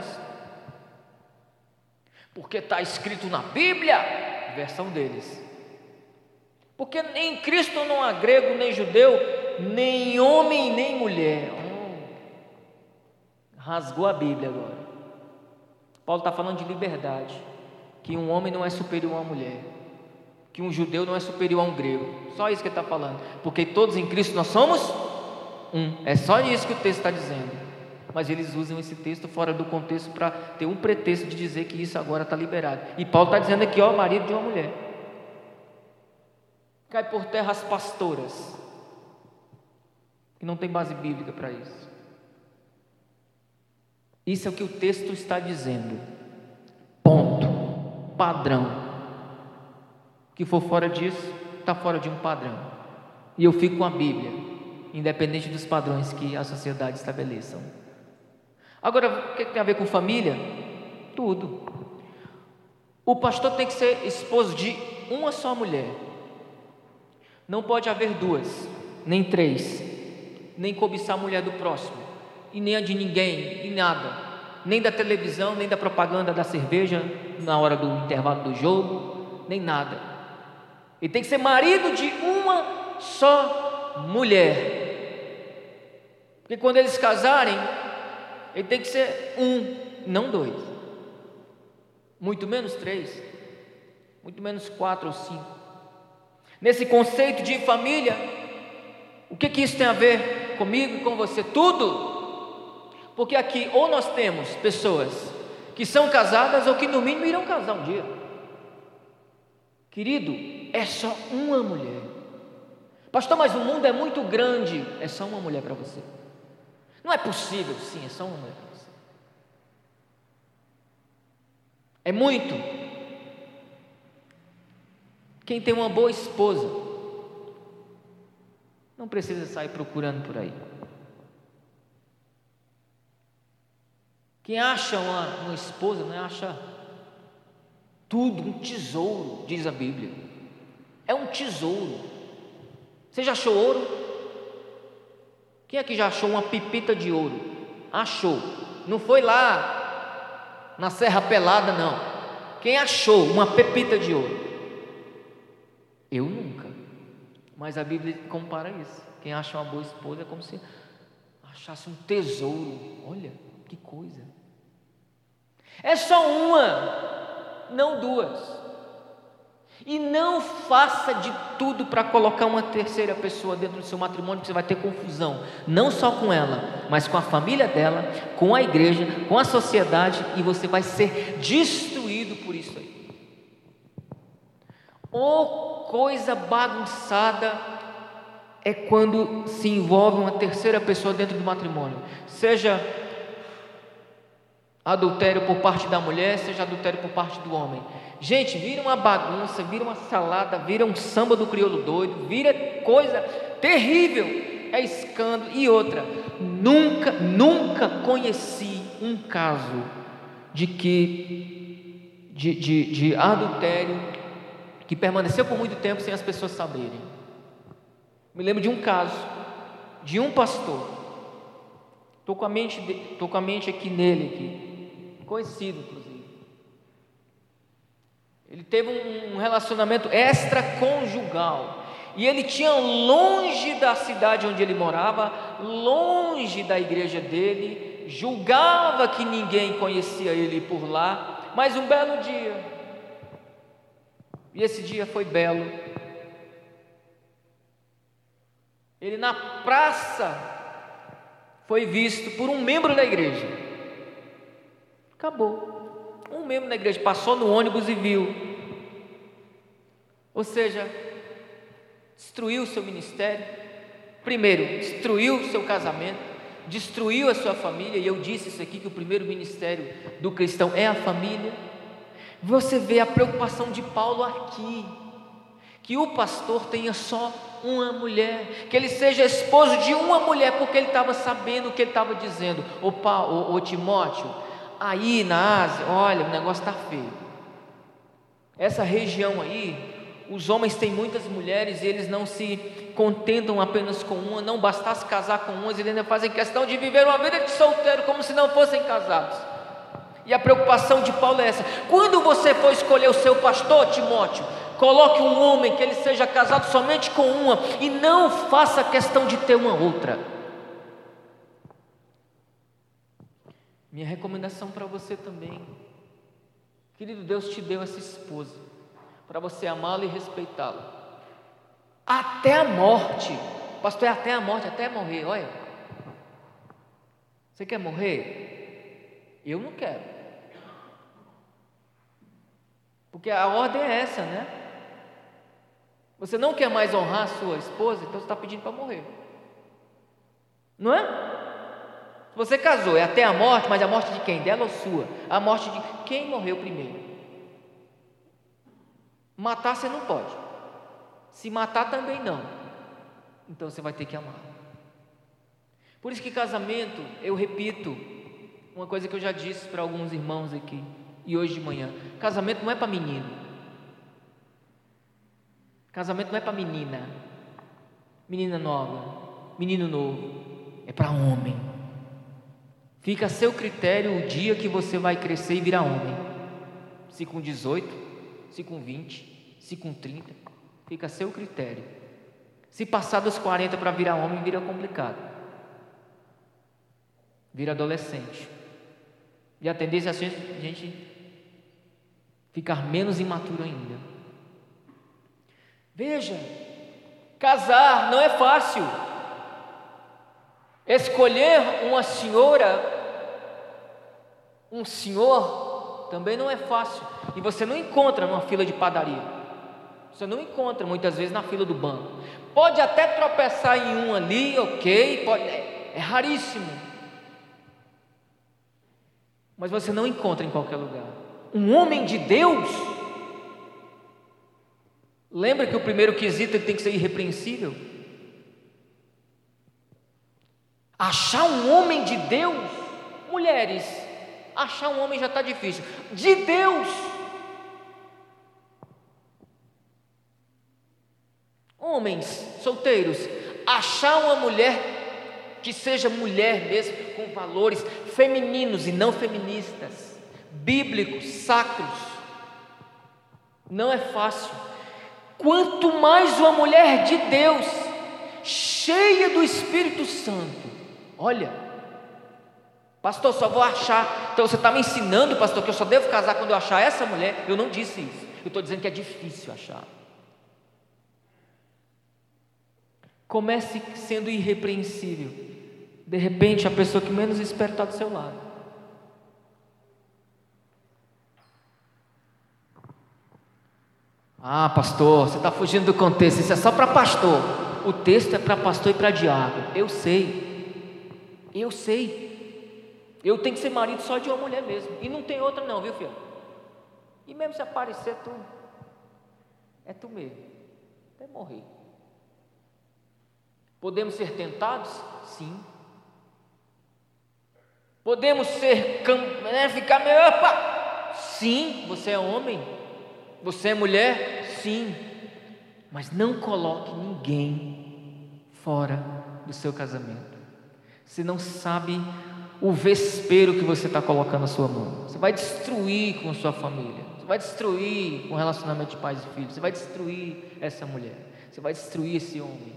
[SPEAKER 1] porque está escrito na Bíblia, versão deles, porque em Cristo não há grego nem judeu, nem homem nem mulher. Oh, rasgou a Bíblia agora. Paulo está falando de liberdade, que um homem não é superior a uma mulher, que um judeu não é superior a um grego, só isso que ele está falando, porque todos em Cristo nós somos um, é só isso que o texto está dizendo. mas eles usam esse texto fora do contexto para ter um pretexto de dizer que isso agora está liberado. E Paulo está dizendo aqui, ó, marido de uma mulher. Cai por terra as pastoras, que não tem base bíblica para isso. Isso é o que o texto está dizendo. Ponto. Padrão. O que for fora disso, está fora de um padrão. E eu fico com a Bíblia, independente dos padrões que a sociedade estabeleçam. Agora, o que tem a ver com família? Tudo. O pastor tem que ser esposo de uma só mulher. Não pode haver duas, nem três, nem cobiçar a mulher do próximo, e nem a de ninguém, e nada, nem da televisão, nem da propaganda da cerveja na hora do intervalo do jogo, nem nada. Ele tem que ser marido de uma só mulher, porque quando eles casarem, ele tem que ser um, não dois, muito menos três, muito menos quatro ou cinco. Nesse conceito de família, o que que isso tem a ver comigo e com você? Tudo. Porque aqui ou nós temos pessoas que são casadas ou que no mínimo irão casar um dia. Querido, é só uma mulher. Pastor, mas o mundo é muito grande. É só uma mulher para você. Não é possível. Sim, é só uma mulher para você. É muito. Quem tem uma boa esposa não precisa sair procurando por aí. Quem acha uma, uma esposa, não é, acha tudo, um tesouro, diz a Bíblia. É um tesouro. Você já achou ouro? Quem aqui já achou uma pepita de ouro? Achou. Não foi lá na Serra Pelada, não. Quem achou uma pepita de ouro? Eu nunca. Mas a Bíblia compara isso. Quem acha uma boa esposa é como se achasse um tesouro. Olha, que coisa. É só uma, não duas. E não faça de tudo para colocar uma terceira pessoa dentro do seu matrimônio, que você vai ter confusão, não só com ela, mas com a família dela, com a igreja, com a sociedade, e você vai ser destruído por isso aí. Oh, coisa bagunçada é quando se envolve uma terceira pessoa dentro do matrimônio, seja adultério por parte da mulher, seja adultério por parte do homem. Gente, vira uma bagunça, vira uma salada, vira um samba do crioulo doido, vira coisa terrível, é escândalo. E outra, nunca, nunca conheci um caso de que de, de, de adultério que permaneceu por muito tempo sem as pessoas saberem. Me lembro de um caso de um pastor. Estou com a mente, estou com a mente aqui nele aqui, conhecido inclusive. Ele teve um relacionamento extraconjugal e ele tinha longe da cidade onde ele morava, longe da igreja dele, julgava que ninguém conhecia ele por lá, mas um belo dia, e esse dia foi belo, ele na praça foi visto por um membro da igreja. Acabou. Um membro da igreja passou no ônibus e viu. Ou seja, destruiu o seu ministério. Primeiro, destruiu o seu casamento, destruiu a sua família. E eu disse isso aqui, que o primeiro ministério do cristão é a família. Você vê a preocupação de Paulo aqui, que o pastor tenha só uma mulher, que ele seja esposo de uma mulher, porque ele estava sabendo o que ele estava dizendo. Ô, Paulo, ô, ô Timóteo, aí na Ásia, olha, o negócio está feio. Essa região aí, os homens têm muitas mulheres e eles não se contentam apenas com uma. Não bastasse casar com umas, eles ainda fazem questão de viver uma vida de solteiro como se não fossem casados. E a preocupação de Paulo é essa: quando você for escolher o seu pastor, Timóteo, coloque um homem que ele seja casado somente com uma e não faça questão de ter uma outra. Minha recomendação para você também, querido, Deus te deu essa esposa para você amá-la e respeitá-la até a morte. Pastor, é até a morte, até morrer. Olha, Você quer morrer? Eu não quero. Porque a ordem é essa, né? Você não quer mais honrar a sua esposa, então você está pedindo para morrer. Não é? Se você casou, é até a morte, mas a morte de quem? Dela ou sua? A morte de quem morreu primeiro. Matar você não pode. Se matar também não. Então você vai ter que amar. Por isso que casamento, eu repito, uma coisa que eu já disse para alguns irmãos aqui, e hoje de manhã: casamento não é para menino. Casamento não é para menina, menina nova, menino novo. É para homem. Fica a seu critério o dia que você vai crescer e virar homem. Se com dezoito, se com vinte, se com trinta, fica a seu critério. Se passar dos quarenta para virar homem, vira complicado. Vira adolescente. E a tendência é a gente ficar menos imaturo ainda. Veja, casar não é fácil. Escolher uma senhora, um senhor, também não é fácil. E você não encontra numa fila de padaria. Você não encontra muitas vezes na fila do banco. Pode até tropeçar em um ali, ok, pode, é, é raríssimo. Mas você não encontra em qualquer lugar. Um homem de Deus. Lembra que o primeiro quesito ele tem que ser irrepreensível? Achar um homem de Deus, mulheres, achar um homem já está difícil. De Deus. Homens solteiros, achar uma mulher que seja mulher mesmo, com valores femininos e não feministas, bíblicos, sacros, não é fácil. Quanto mais uma mulher de Deus, cheia do Espírito Santo. Olha, pastor, só vou achar. Então você está me ensinando, pastor, que eu só devo casar quando eu achar essa mulher? Eu não disse isso. Eu estou dizendo que é difícil achar. Comece sendo irrepreensível. De repente, a pessoa que menos espera está do seu lado. Ah, pastor, você está fugindo do contexto. Isso é só para pastor. O texto é para pastor e para diácono. Eu sei. Eu sei. Eu tenho que ser marido só de uma mulher mesmo. E não tem outra não, viu, filho? E mesmo se aparecer, tu é tu mesmo. Até morrer. Podemos ser tentados? Sim. Podemos ser, né, ficar meio, opa! Sim, você é homem. Você é mulher? Sim. Mas não coloque ninguém fora do seu casamento. Você não sabe o vespeiro que você está colocando na sua mão. Você vai destruir com sua família. Você vai destruir com o relacionamento de pais e filhos. Você vai destruir essa mulher. Você vai destruir esse homem.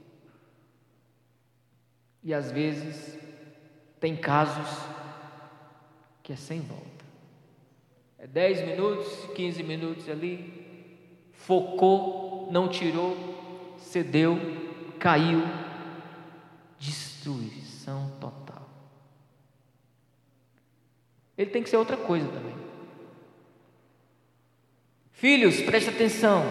[SPEAKER 1] E às vezes tem casos que é sem volta. É dez minutos, quinze minutos ali, focou, não tirou, cedeu, caiu, destruição total. Ele tem que ser outra coisa também. Filhos, preste atenção.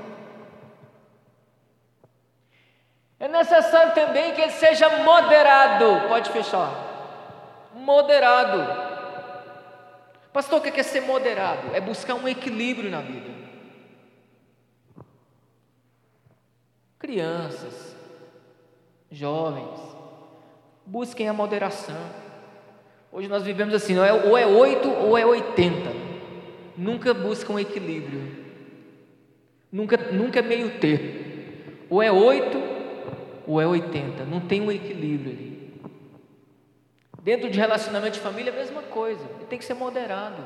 [SPEAKER 1] É necessário também que ele seja moderado. Pode fechar. Moderado. Pastor, o que é ser moderado? É buscar um equilíbrio na vida. Crianças, jovens, busquem a moderação. Hoje nós vivemos assim, não é, ou é oito ou é oitenta. Nunca buscam um equilíbrio. Nunca, nunca é meio termo. Ou é oito ou é oitenta. Não tem um equilíbrio ali. Dentro de relacionamento de família, a mesma coisa. Ele tem que ser moderado.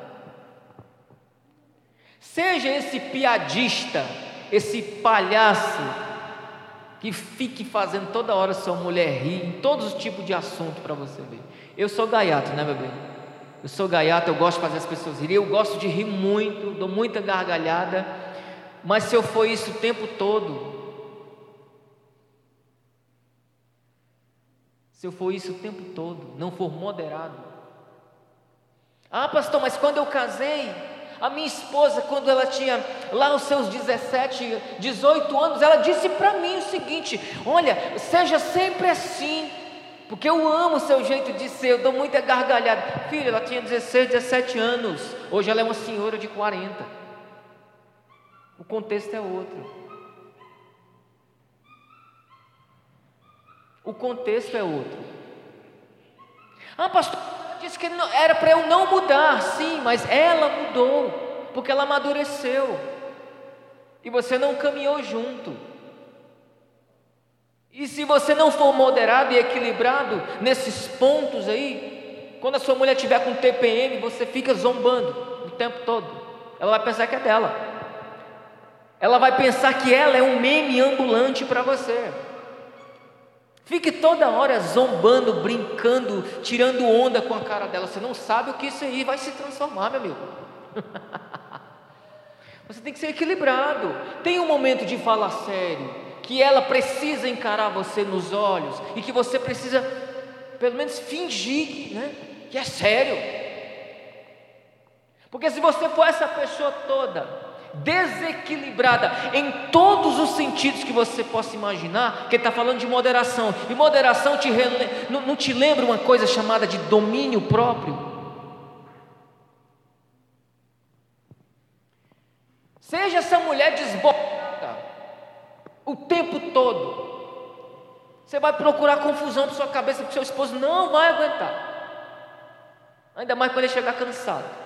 [SPEAKER 1] Seja esse piadista, esse palhaço que fique fazendo toda hora sua mulher rir em todos os tipos de assunto para você ver. Eu sou gaiato, né, bebê? Eu sou gaiato, eu gosto de fazer as pessoas rirem. Eu gosto de rir muito, dou muita gargalhada. Mas se eu for isso o tempo todo, Se eu for isso o tempo todo, não for moderado. Ah, pastor, mas quando eu casei, a minha esposa, quando ela tinha lá os seus dezessete, dezoito anos, ela disse para mim o seguinte: olha, seja sempre assim, porque eu amo o seu jeito de ser, eu dou muita gargalhada. Filha, ela tinha dezesseis, dezessete anos, hoje ela é uma senhora de quarenta. O contexto é outro. O contexto é outro. Ah, pastor, disse que não, era para eu não mudar. Sim, mas ela mudou, porque ela amadureceu, e você não caminhou junto. E se você não for moderado e equilibrado nesses pontos aí, quando a sua mulher estiver com T P M, você fica zombando o tempo todo. Ela vai pensar que é dela. Ela vai pensar que ela é um meme ambulante para você. Fique toda hora zombando, brincando, tirando onda com a cara dela. Você não sabe o que isso aí vai se transformar, meu amigo. Você tem que ser equilibrado. Tem um momento de falar sério, que ela precisa encarar você nos olhos, e que você precisa, pelo menos, fingir, né, que é sério. Porque se você for essa pessoa toda desequilibrada em todos os sentidos que você possa imaginar, que ele está falando de moderação, e moderação te rele... não, não te lembra uma coisa chamada de domínio próprio? Seja essa mulher desbocada o tempo todo, você vai procurar confusão para sua cabeça, porque seu esposo não vai aguentar, ainda mais quando ele chegar cansado.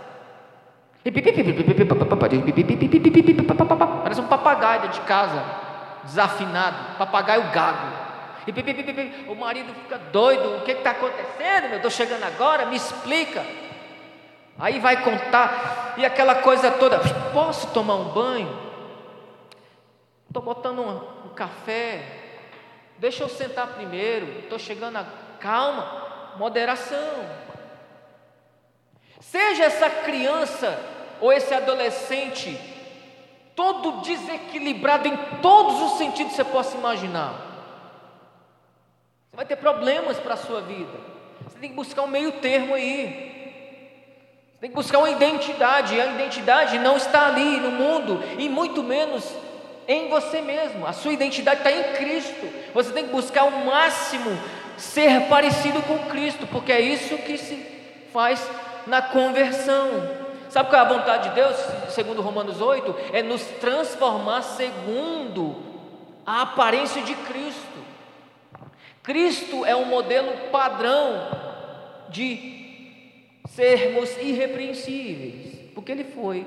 [SPEAKER 1] Parece um papagaio de casa, desafinado, papagaio gago. O marido fica doido: o que está acontecendo? Eu estou chegando agora, me explica. Aí vai contar, e aquela coisa toda: posso tomar um banho? Estou botando um, um café, deixa eu sentar primeiro, estou chegando a... calma, moderação. Seja essa criança ou esse adolescente todo desequilibrado em todos os sentidos que você possa imaginar, você vai ter problemas para a sua vida. Você tem que buscar um meio termo aí. Você tem que buscar uma identidade, e a identidade não está ali no mundo, e muito menos em você mesmo. A sua identidade está em Cristo. Você tem que buscar ao máximo ser parecido com Cristo, porque é isso que se faz na conversão. Sabe qual é a vontade de Deus, segundo Romanos oito? É nos transformar segundo a aparência de Cristo. Cristo é um modelo padrão de sermos irrepreensíveis, porque Ele foi.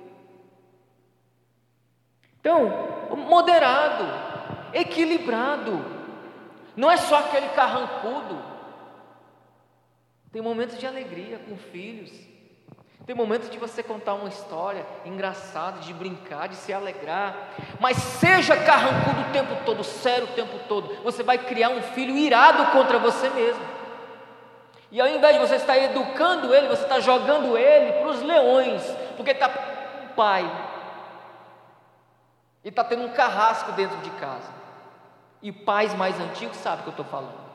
[SPEAKER 1] Então, moderado, equilibrado, não é só aquele carrancudo. Tem momentos de alegria com filhos, tem momentos de você contar uma história engraçada, de brincar, de se alegrar. Mas seja carrancudo o tempo todo, sério o tempo todo, você vai criar um filho irado contra você mesmo. E ao invés de você estar educando ele, você está jogando ele para os leões, porque está com o pai, e está tendo um carrasco dentro de casa. E pais mais antigos sabem o que eu estou falando.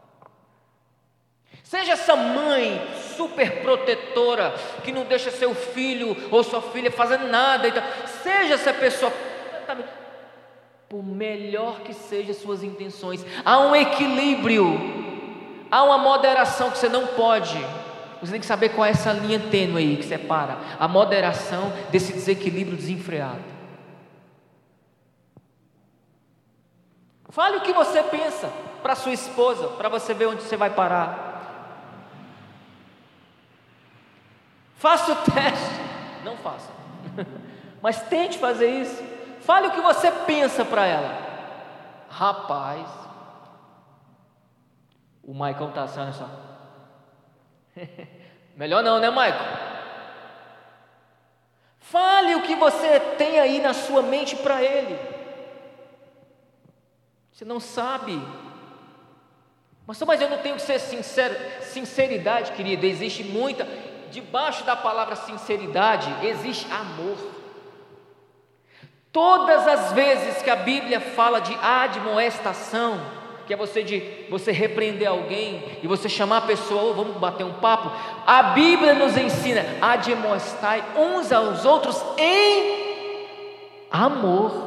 [SPEAKER 1] Seja essa mãe super protetora, que não deixa seu filho ou sua filha fazendo nada. Então, seja essa pessoa, por melhor que sejam suas intenções, há um equilíbrio, há uma moderação que você não pode. Você tem que saber qual é essa linha tênue aí que separa a moderação desse desequilíbrio desenfreado. Fale o que você pensa para sua esposa, para você ver onde você vai parar. Faça o teste, não faça, mas tente fazer isso. Fale o que você pensa para ela. Rapaz, o Maicon está assim, olha só. Melhor não, né, Maicon? Fale o que você tem aí na sua mente para ele. Você não sabe. Mas, mas eu não tenho que ser sincero. Sinceridade, querida, existe muita. Debaixo da palavra sinceridade existe amor. Todas as vezes que a Bíblia fala de admoestação, que é você de você repreender alguém e você chamar a pessoa, oh, vamos bater um papo. A Bíblia nos ensina: admoestai uns aos outros em amor.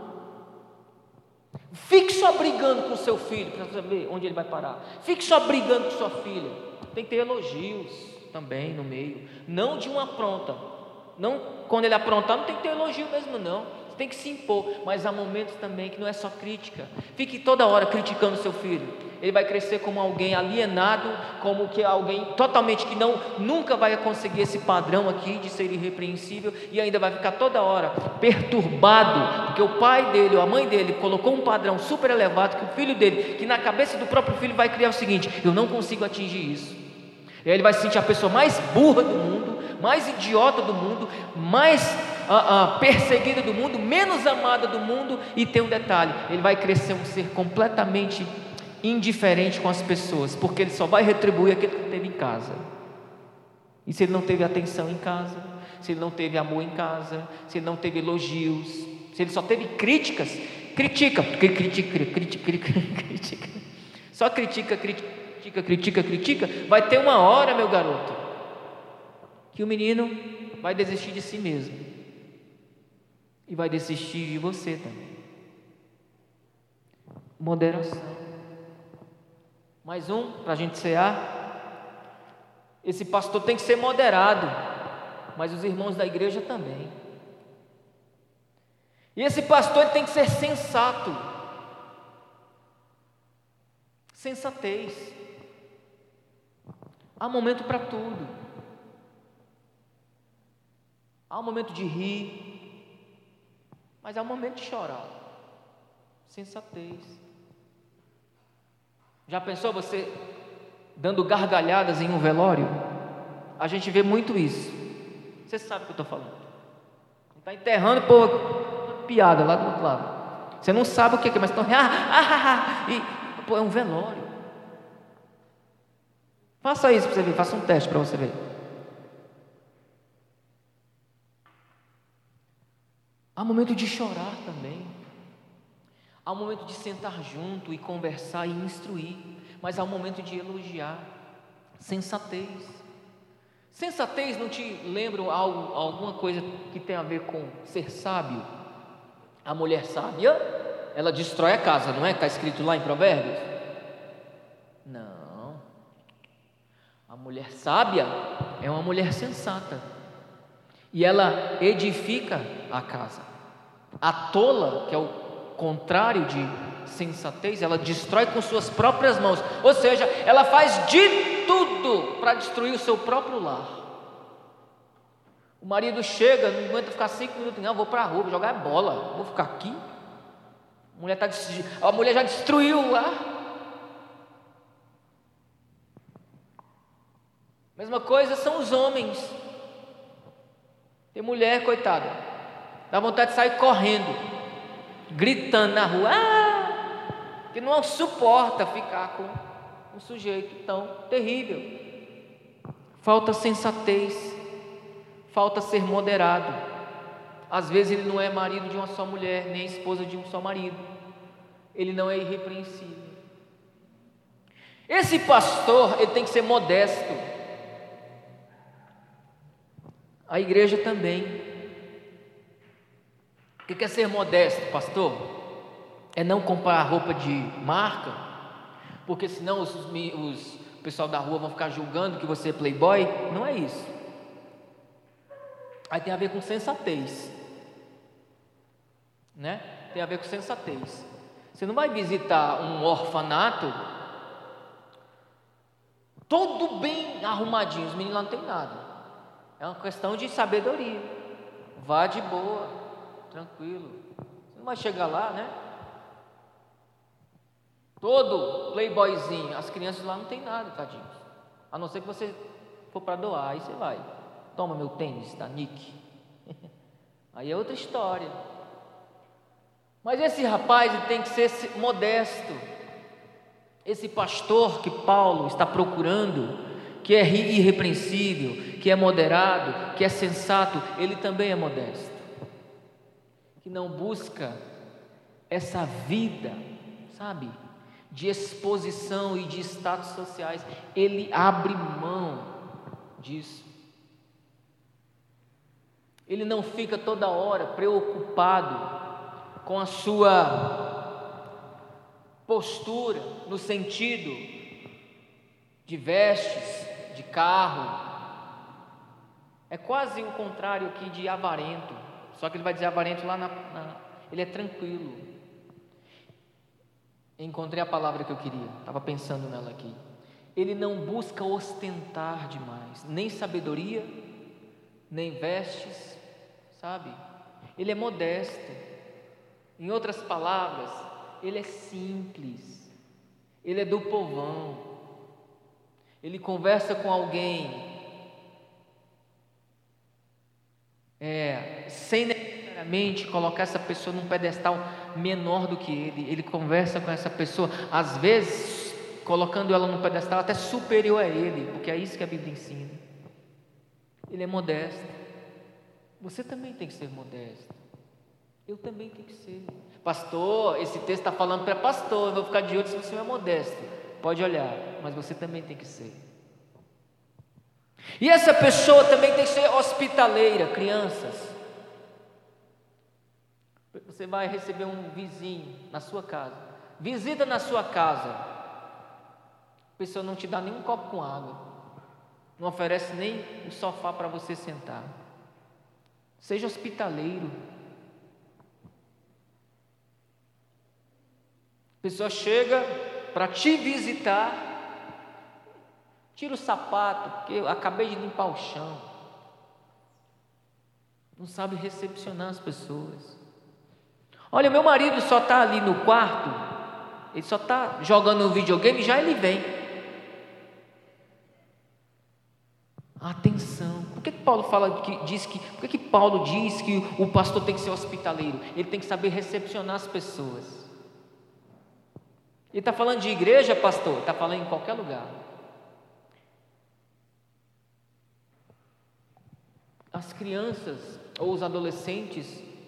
[SPEAKER 1] Fique só brigando com seu filho para saber onde ele vai parar. Fique só brigando com sua filha. Tem que ter elogios também no meio, não de uma apronta. Não, quando ele aprontar, não tem que ter elogio mesmo, não. Você tem que se impor, mas há momentos também que não é só crítica. Fique toda hora criticando seu filho. Ele vai crescer como alguém alienado, como que alguém totalmente que não, nunca vai conseguir esse padrão aqui de ser irrepreensível, e ainda vai ficar toda hora perturbado, porque o pai dele ou a mãe dele colocou um padrão super elevado, que o filho dele, que na cabeça do próprio filho vai criar o seguinte: eu não consigo atingir isso. E aí ele vai se sentir a pessoa mais burra do mundo, mais idiota do mundo, mais ah, ah, perseguida do mundo, menos amada do mundo. E tem um detalhe: ele vai crescer um ser completamente indiferente com as pessoas, porque ele só vai retribuir aquilo que ele teve em casa. E se ele não teve atenção em casa, se ele não teve amor em casa, se ele não teve elogios, se ele só teve críticas, critica, critica, critica, critica, critica, só critica, critica, critica, critica, vai ter uma hora, meu garoto, que o menino vai desistir de si mesmo e vai desistir de você também. Moderação. Mais um, para a gente cear. Esse pastor tem que ser moderado, mas os irmãos da igreja também. E esse pastor ele tem que ser sensato. Sensatez. Há momento para tudo. Há um momento de rir, mas há um momento de chorar. Sensatez. Já pensou você dando gargalhadas em um velório? A gente vê muito isso. Você sabe o que eu estou falando. Está enterrando, pô, piada lá do outro lado. Você não sabe o que é, mas estão. Ah, ah, ah, ah, e, pô, é um velório. Faça isso para você ver, faça um teste para você ver. Há momento de chorar também. Há um momento de sentar junto e conversar e instruir, mas há um momento de elogiar. Sensatez. Sensatez não te lembra algo, alguma coisa que tem a ver com ser sábio? A mulher sábia, ela destrói a casa, não é? Está escrito lá em Provérbios? Não. A mulher sábia é uma mulher sensata e ela edifica a casa. A tola, que é o contrário de sensatez, ela destrói com suas próprias mãos, ou seja, ela faz de tudo para destruir o seu próprio lar. O marido chega, não aguenta ficar cinco minutos, não, vou para a rua, vou jogar bola, vou ficar aqui. A mulher, tá, a mulher já destruiu o lar. Mesma coisa são os homens. Tem mulher, coitada, dá vontade de sair correndo, gritando na rua, ah, que não suporta ficar com um sujeito tão terrível. Falta sensatez, falta ser moderado. Às vezes ele não é marido de uma só mulher, nem esposa de um só marido, ele não é irrepreensível. Esse pastor, ele tem que ser modesto. A igreja também. O que é ser modesto, pastor? É não comprar roupa de marca, porque senão os, os, o pessoal da rua vão ficar julgando que você é playboy. Não é isso. Aí tem a ver com sensatez, né? Tem a ver com sensatez. Você não vai visitar um orfanato todo bem arrumadinho, os meninos lá não tem nada. É uma questão de sabedoria. Vá de boa, tranquilo. Você não vai chegar lá, né? Todo playboyzinho, as crianças lá não tem nada, tadinhos. A não ser que você for para doar, aí você vai. Toma meu tênis da Nike. Aí é outra história. Mas esse rapaz ele tem que ser modesto. Esse pastor que Paulo está procurando, que é irrepreensível, que é moderado, que é sensato, ele também é modesto. Que não busca essa vida, sabe, de exposição e de status sociais. Ele abre mão disso. Ele não fica toda hora preocupado com a sua postura, no sentido de vestes, de carro. É quase o contrário aqui de avarento, só que ele vai dizer avarento lá na, na ele é tranquilo. Encontrei a palavra que eu queria, estava pensando nela aqui. Ele não busca ostentar demais, nem sabedoria, nem vestes, sabe? Ele é modesto. Em outras palavras, ele é simples. Ele é do povão. Ele conversa com alguém é, sem necessariamente colocar essa pessoa num pedestal menor do que ele. Ele conversa com essa pessoa, às vezes colocando ela num pedestal até superior a ele, porque é isso que a Bíblia ensina. Ele é modesto. Você também tem que ser modesto. Eu também tenho que ser. Pastor, esse texto está falando para pastor, eu vou ficar de olho se você não é modesto. Pode olhar, mas você também tem que ser. E essa pessoa também tem que ser hospitaleira. Crianças, você vai receber um vizinho na sua casa, visita na sua casa, a pessoa não te dá nem um copo com água, não oferece nem um sofá para você sentar. Seja hospitaleiro. A pessoa chega para te visitar, tira o sapato, porque eu acabei de limpar o chão. Não sabe recepcionar as pessoas. Olha, meu marido só está ali no quarto, ele só está jogando um videogame, já ele vem. Atenção. Por que, que Paulo fala que diz que, por que, que Paulo diz que o pastor tem que ser hospitaleiro? Ele tem que saber recepcionar as pessoas. Ele está falando de igreja, pastor? Está falando em qualquer lugar. As crianças ou os adolescentes,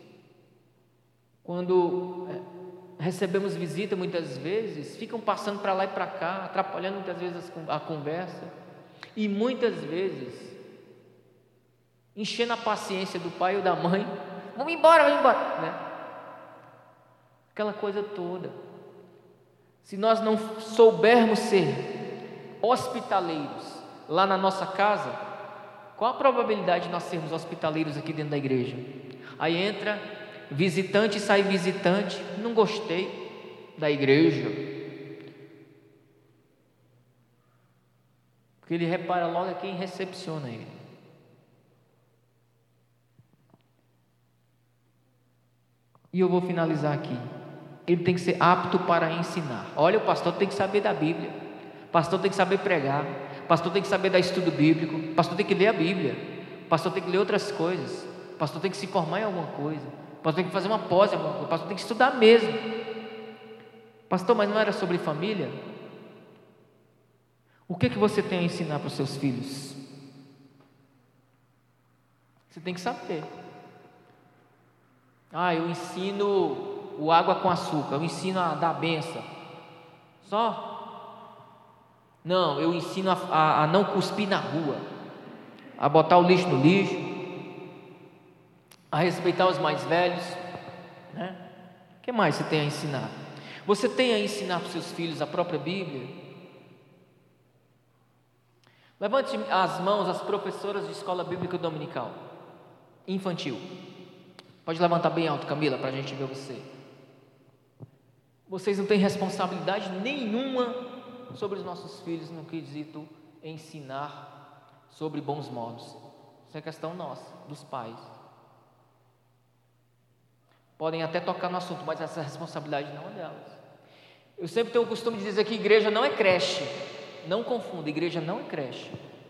[SPEAKER 1] quando é, recebemos visita muitas vezes, ficam passando para lá e para cá, atrapalhando muitas vezes a conversa, e muitas vezes enchendo a paciência do pai ou da mãe. Vamos embora, vamos embora, né? Aquela coisa toda. Se nós não soubermos ser hospitaleiros lá na nossa casa, qual a probabilidade de nós sermos hospitaleiros aqui dentro da igreja? Aí entra visitante e sai visitante. Não gostei da igreja. Porque ele repara logo a quem recepciona ele. E eu vou finalizar aqui. Ele tem que ser apto para ensinar. Olha, o pastor tem que saber da Bíblia, o pastor tem que saber pregar, o pastor tem que saber dar estudo bíblico, o pastor tem que ler a Bíblia, o pastor tem que ler outras coisas, o pastor tem que se formar em alguma coisa, o pastor tem que fazer uma pós em alguma coisa, o pastor tem que estudar mesmo. Pastor, mas não era sobre família? O que, que você tem a ensinar para os seus filhos? Você tem que saber. Ah, eu ensino o água com açúcar, eu ensino a dar benção. Só? Não, eu ensino a, a, a não cuspir na rua, a botar o lixo no lixo, a respeitar os mais velhos, né? O que mais você tem a ensinar? Você tem a ensinar para os seus filhos a própria Bíblia? Levante as mãos as professoras de escola bíblica dominical, infantil. Pode levantar bem alto, Camila, para a gente ver você. Vocês não têm responsabilidade nenhuma sobre os nossos filhos no quesito ensinar sobre bons modos. Isso é questão nossa, dos pais. Podem até tocar no assunto, mas essa responsabilidade não é delas. Eu sempre tenho o costume de dizer que igreja não é creche. Não confunda, igreja não é creche.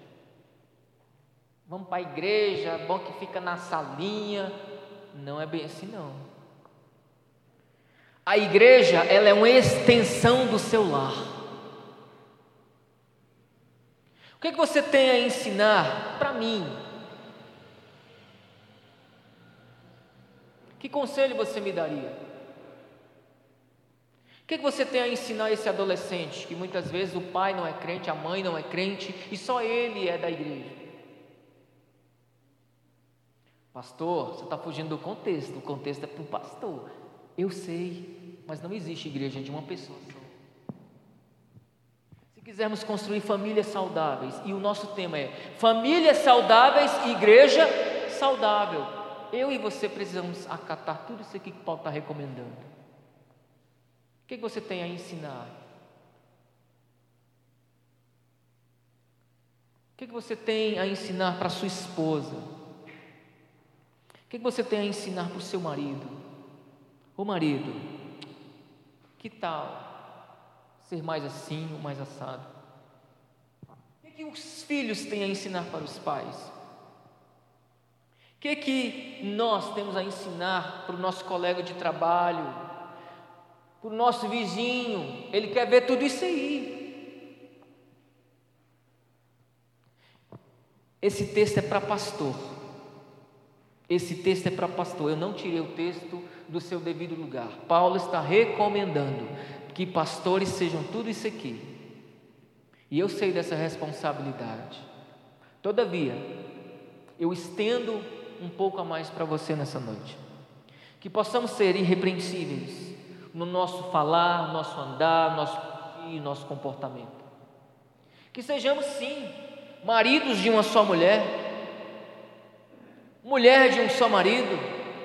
[SPEAKER 1] Vamos para a igreja, bom que fica na salinha. Não é bem assim não. A igreja, ela é uma extensão do seu lar. O que é que você tem a ensinar para mim? Que conselho você me daria? O que você tem a ensinar esse adolescente, que muitas vezes o pai não é crente, a mãe não é crente, e só ele é da igreja? Pastor, você está fugindo do contexto, o contexto é para o pastor. Eu sei, mas não existe igreja de uma pessoa só. Se quisermos construir famílias saudáveis, e o nosso tema é famílias saudáveis e igreja saudável, eu e você precisamos acatar tudo isso aqui que Paulo está recomendando. O que você tem a ensinar? O que você tem a ensinar para sua esposa? O que você tem a ensinar para o seu marido? Ô marido, que tal ser mais assim ou mais assado? O que os filhos têm a ensinar para os pais? O que que nós temos a ensinar para o nosso colega de trabalho, para o nosso vizinho? Ele quer ver tudo isso aí. Esse texto é para pastor. Esse texto é para pastor. Eu não tirei o texto do seu devido lugar. Paulo está recomendando que pastores sejam tudo isso aqui. E eu sei dessa responsabilidade. Todavia, eu estendo um pouco a mais para você nessa noite. Que possamos ser irrepreensíveis no nosso falar, no nosso andar, no nosso e nosso comportamento. Que sejamos sim maridos de uma só mulher, mulher de um só marido,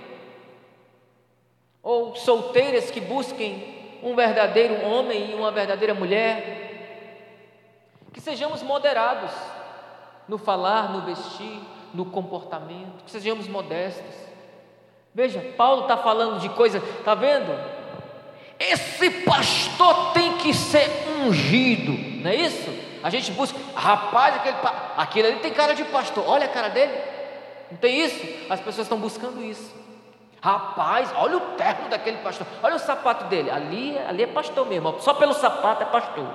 [SPEAKER 1] ou solteiras que busquem um verdadeiro homem e uma verdadeira mulher. Que sejamos moderados no falar, no vestir, no comportamento, que sejamos modestos. Veja, Paulo está falando de coisa, está vendo? Esse pastor tem que ser ungido, não é isso? A gente busca, rapaz, aquele, aquele ali tem cara de pastor, olha a cara dele, não tem isso? As pessoas estão buscando isso. Rapaz, olha o terno daquele pastor, olha o sapato dele, ali, ali é pastor mesmo, só pelo sapato é pastor.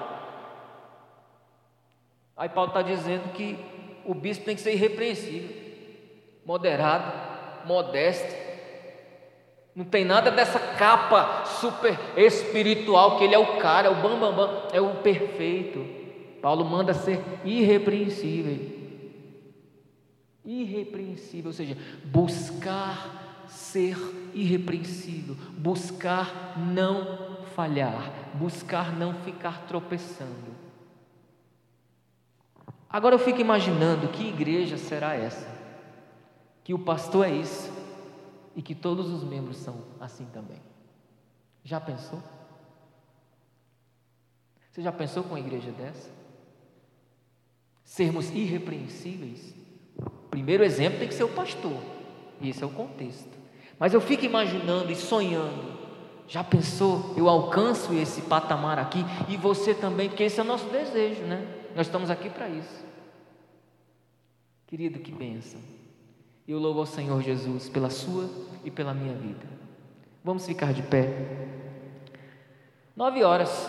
[SPEAKER 1] Aí Paulo está dizendo que o bispo tem que ser irrepreensível, moderado, modesto. Não tem nada dessa capa super espiritual, que ele é o cara, é o bam, bam, bam, é o perfeito. Paulo manda ser irrepreensível. Irrepreensível, ou seja, buscar ser irrepreensível, buscar não falhar, buscar não ficar tropeçando. Agora eu fico imaginando que igreja será essa, que o pastor é isso e que todos os membros são assim também. Já pensou? Você já pensou com uma igreja dessa? Sermos irrepreensíveis? O primeiro exemplo tem que ser o pastor, e esse é o contexto. Mas eu fico imaginando e sonhando. Já pensou? Eu alcanço esse patamar aqui, e você também, porque esse é o nosso desejo, né? Nós estamos aqui para isso. Querido, que bênção. Eu louvo ao Senhor Jesus pela sua e pela minha vida. Vamos ficar de pé. Nove horas.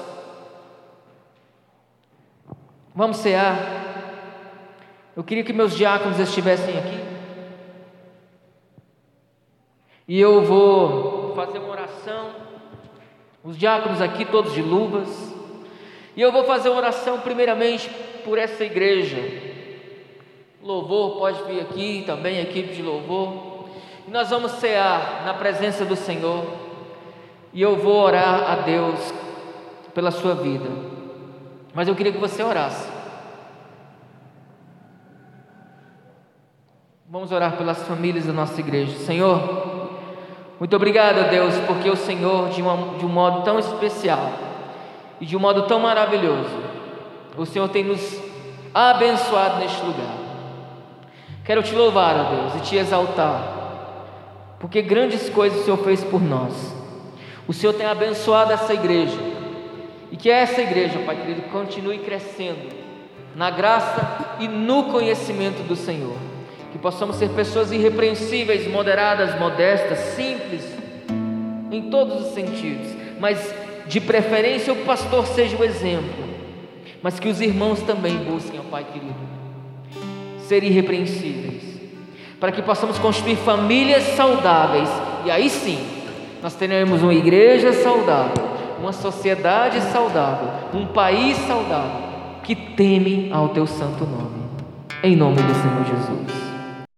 [SPEAKER 1] Vamos cear. Eu queria que meus diáconos estivessem aqui. E eu vou fazer uma oração. Os diáconos aqui, todos de luvas. E eu vou fazer uma oração primeiramente por essa igreja. Louvor pode vir aqui também, a equipe de louvor. E nós vamos cear na presença do Senhor. E eu vou orar a Deus pela sua vida. Mas eu queria que você orasse. Vamos orar pelas famílias da nossa igreja. Senhor, muito obrigado, Deus, porque o Senhor, de, uma, de um modo tão especial e de um modo tão maravilhoso, o Senhor tem nos abençoado neste lugar. Quero te louvar, ó Deus, e te exaltar, porque grandes coisas o Senhor fez por nós. O Senhor tem abençoado essa igreja, e que essa igreja, Pai querido, continue crescendo na graça e no conhecimento do Senhor. Que possamos ser pessoas irrepreensíveis, moderadas, modestas, simples, em todos os sentidos, mas de preferência o pastor seja o exemplo, mas que os irmãos também busquem, ó Pai querido, ser irrepreensíveis, para que possamos construir famílias saudáveis, e aí sim, nós teremos uma igreja saudável, uma sociedade saudável, um país saudável, que teme ao teu santo nome. Em nome do Senhor Jesus.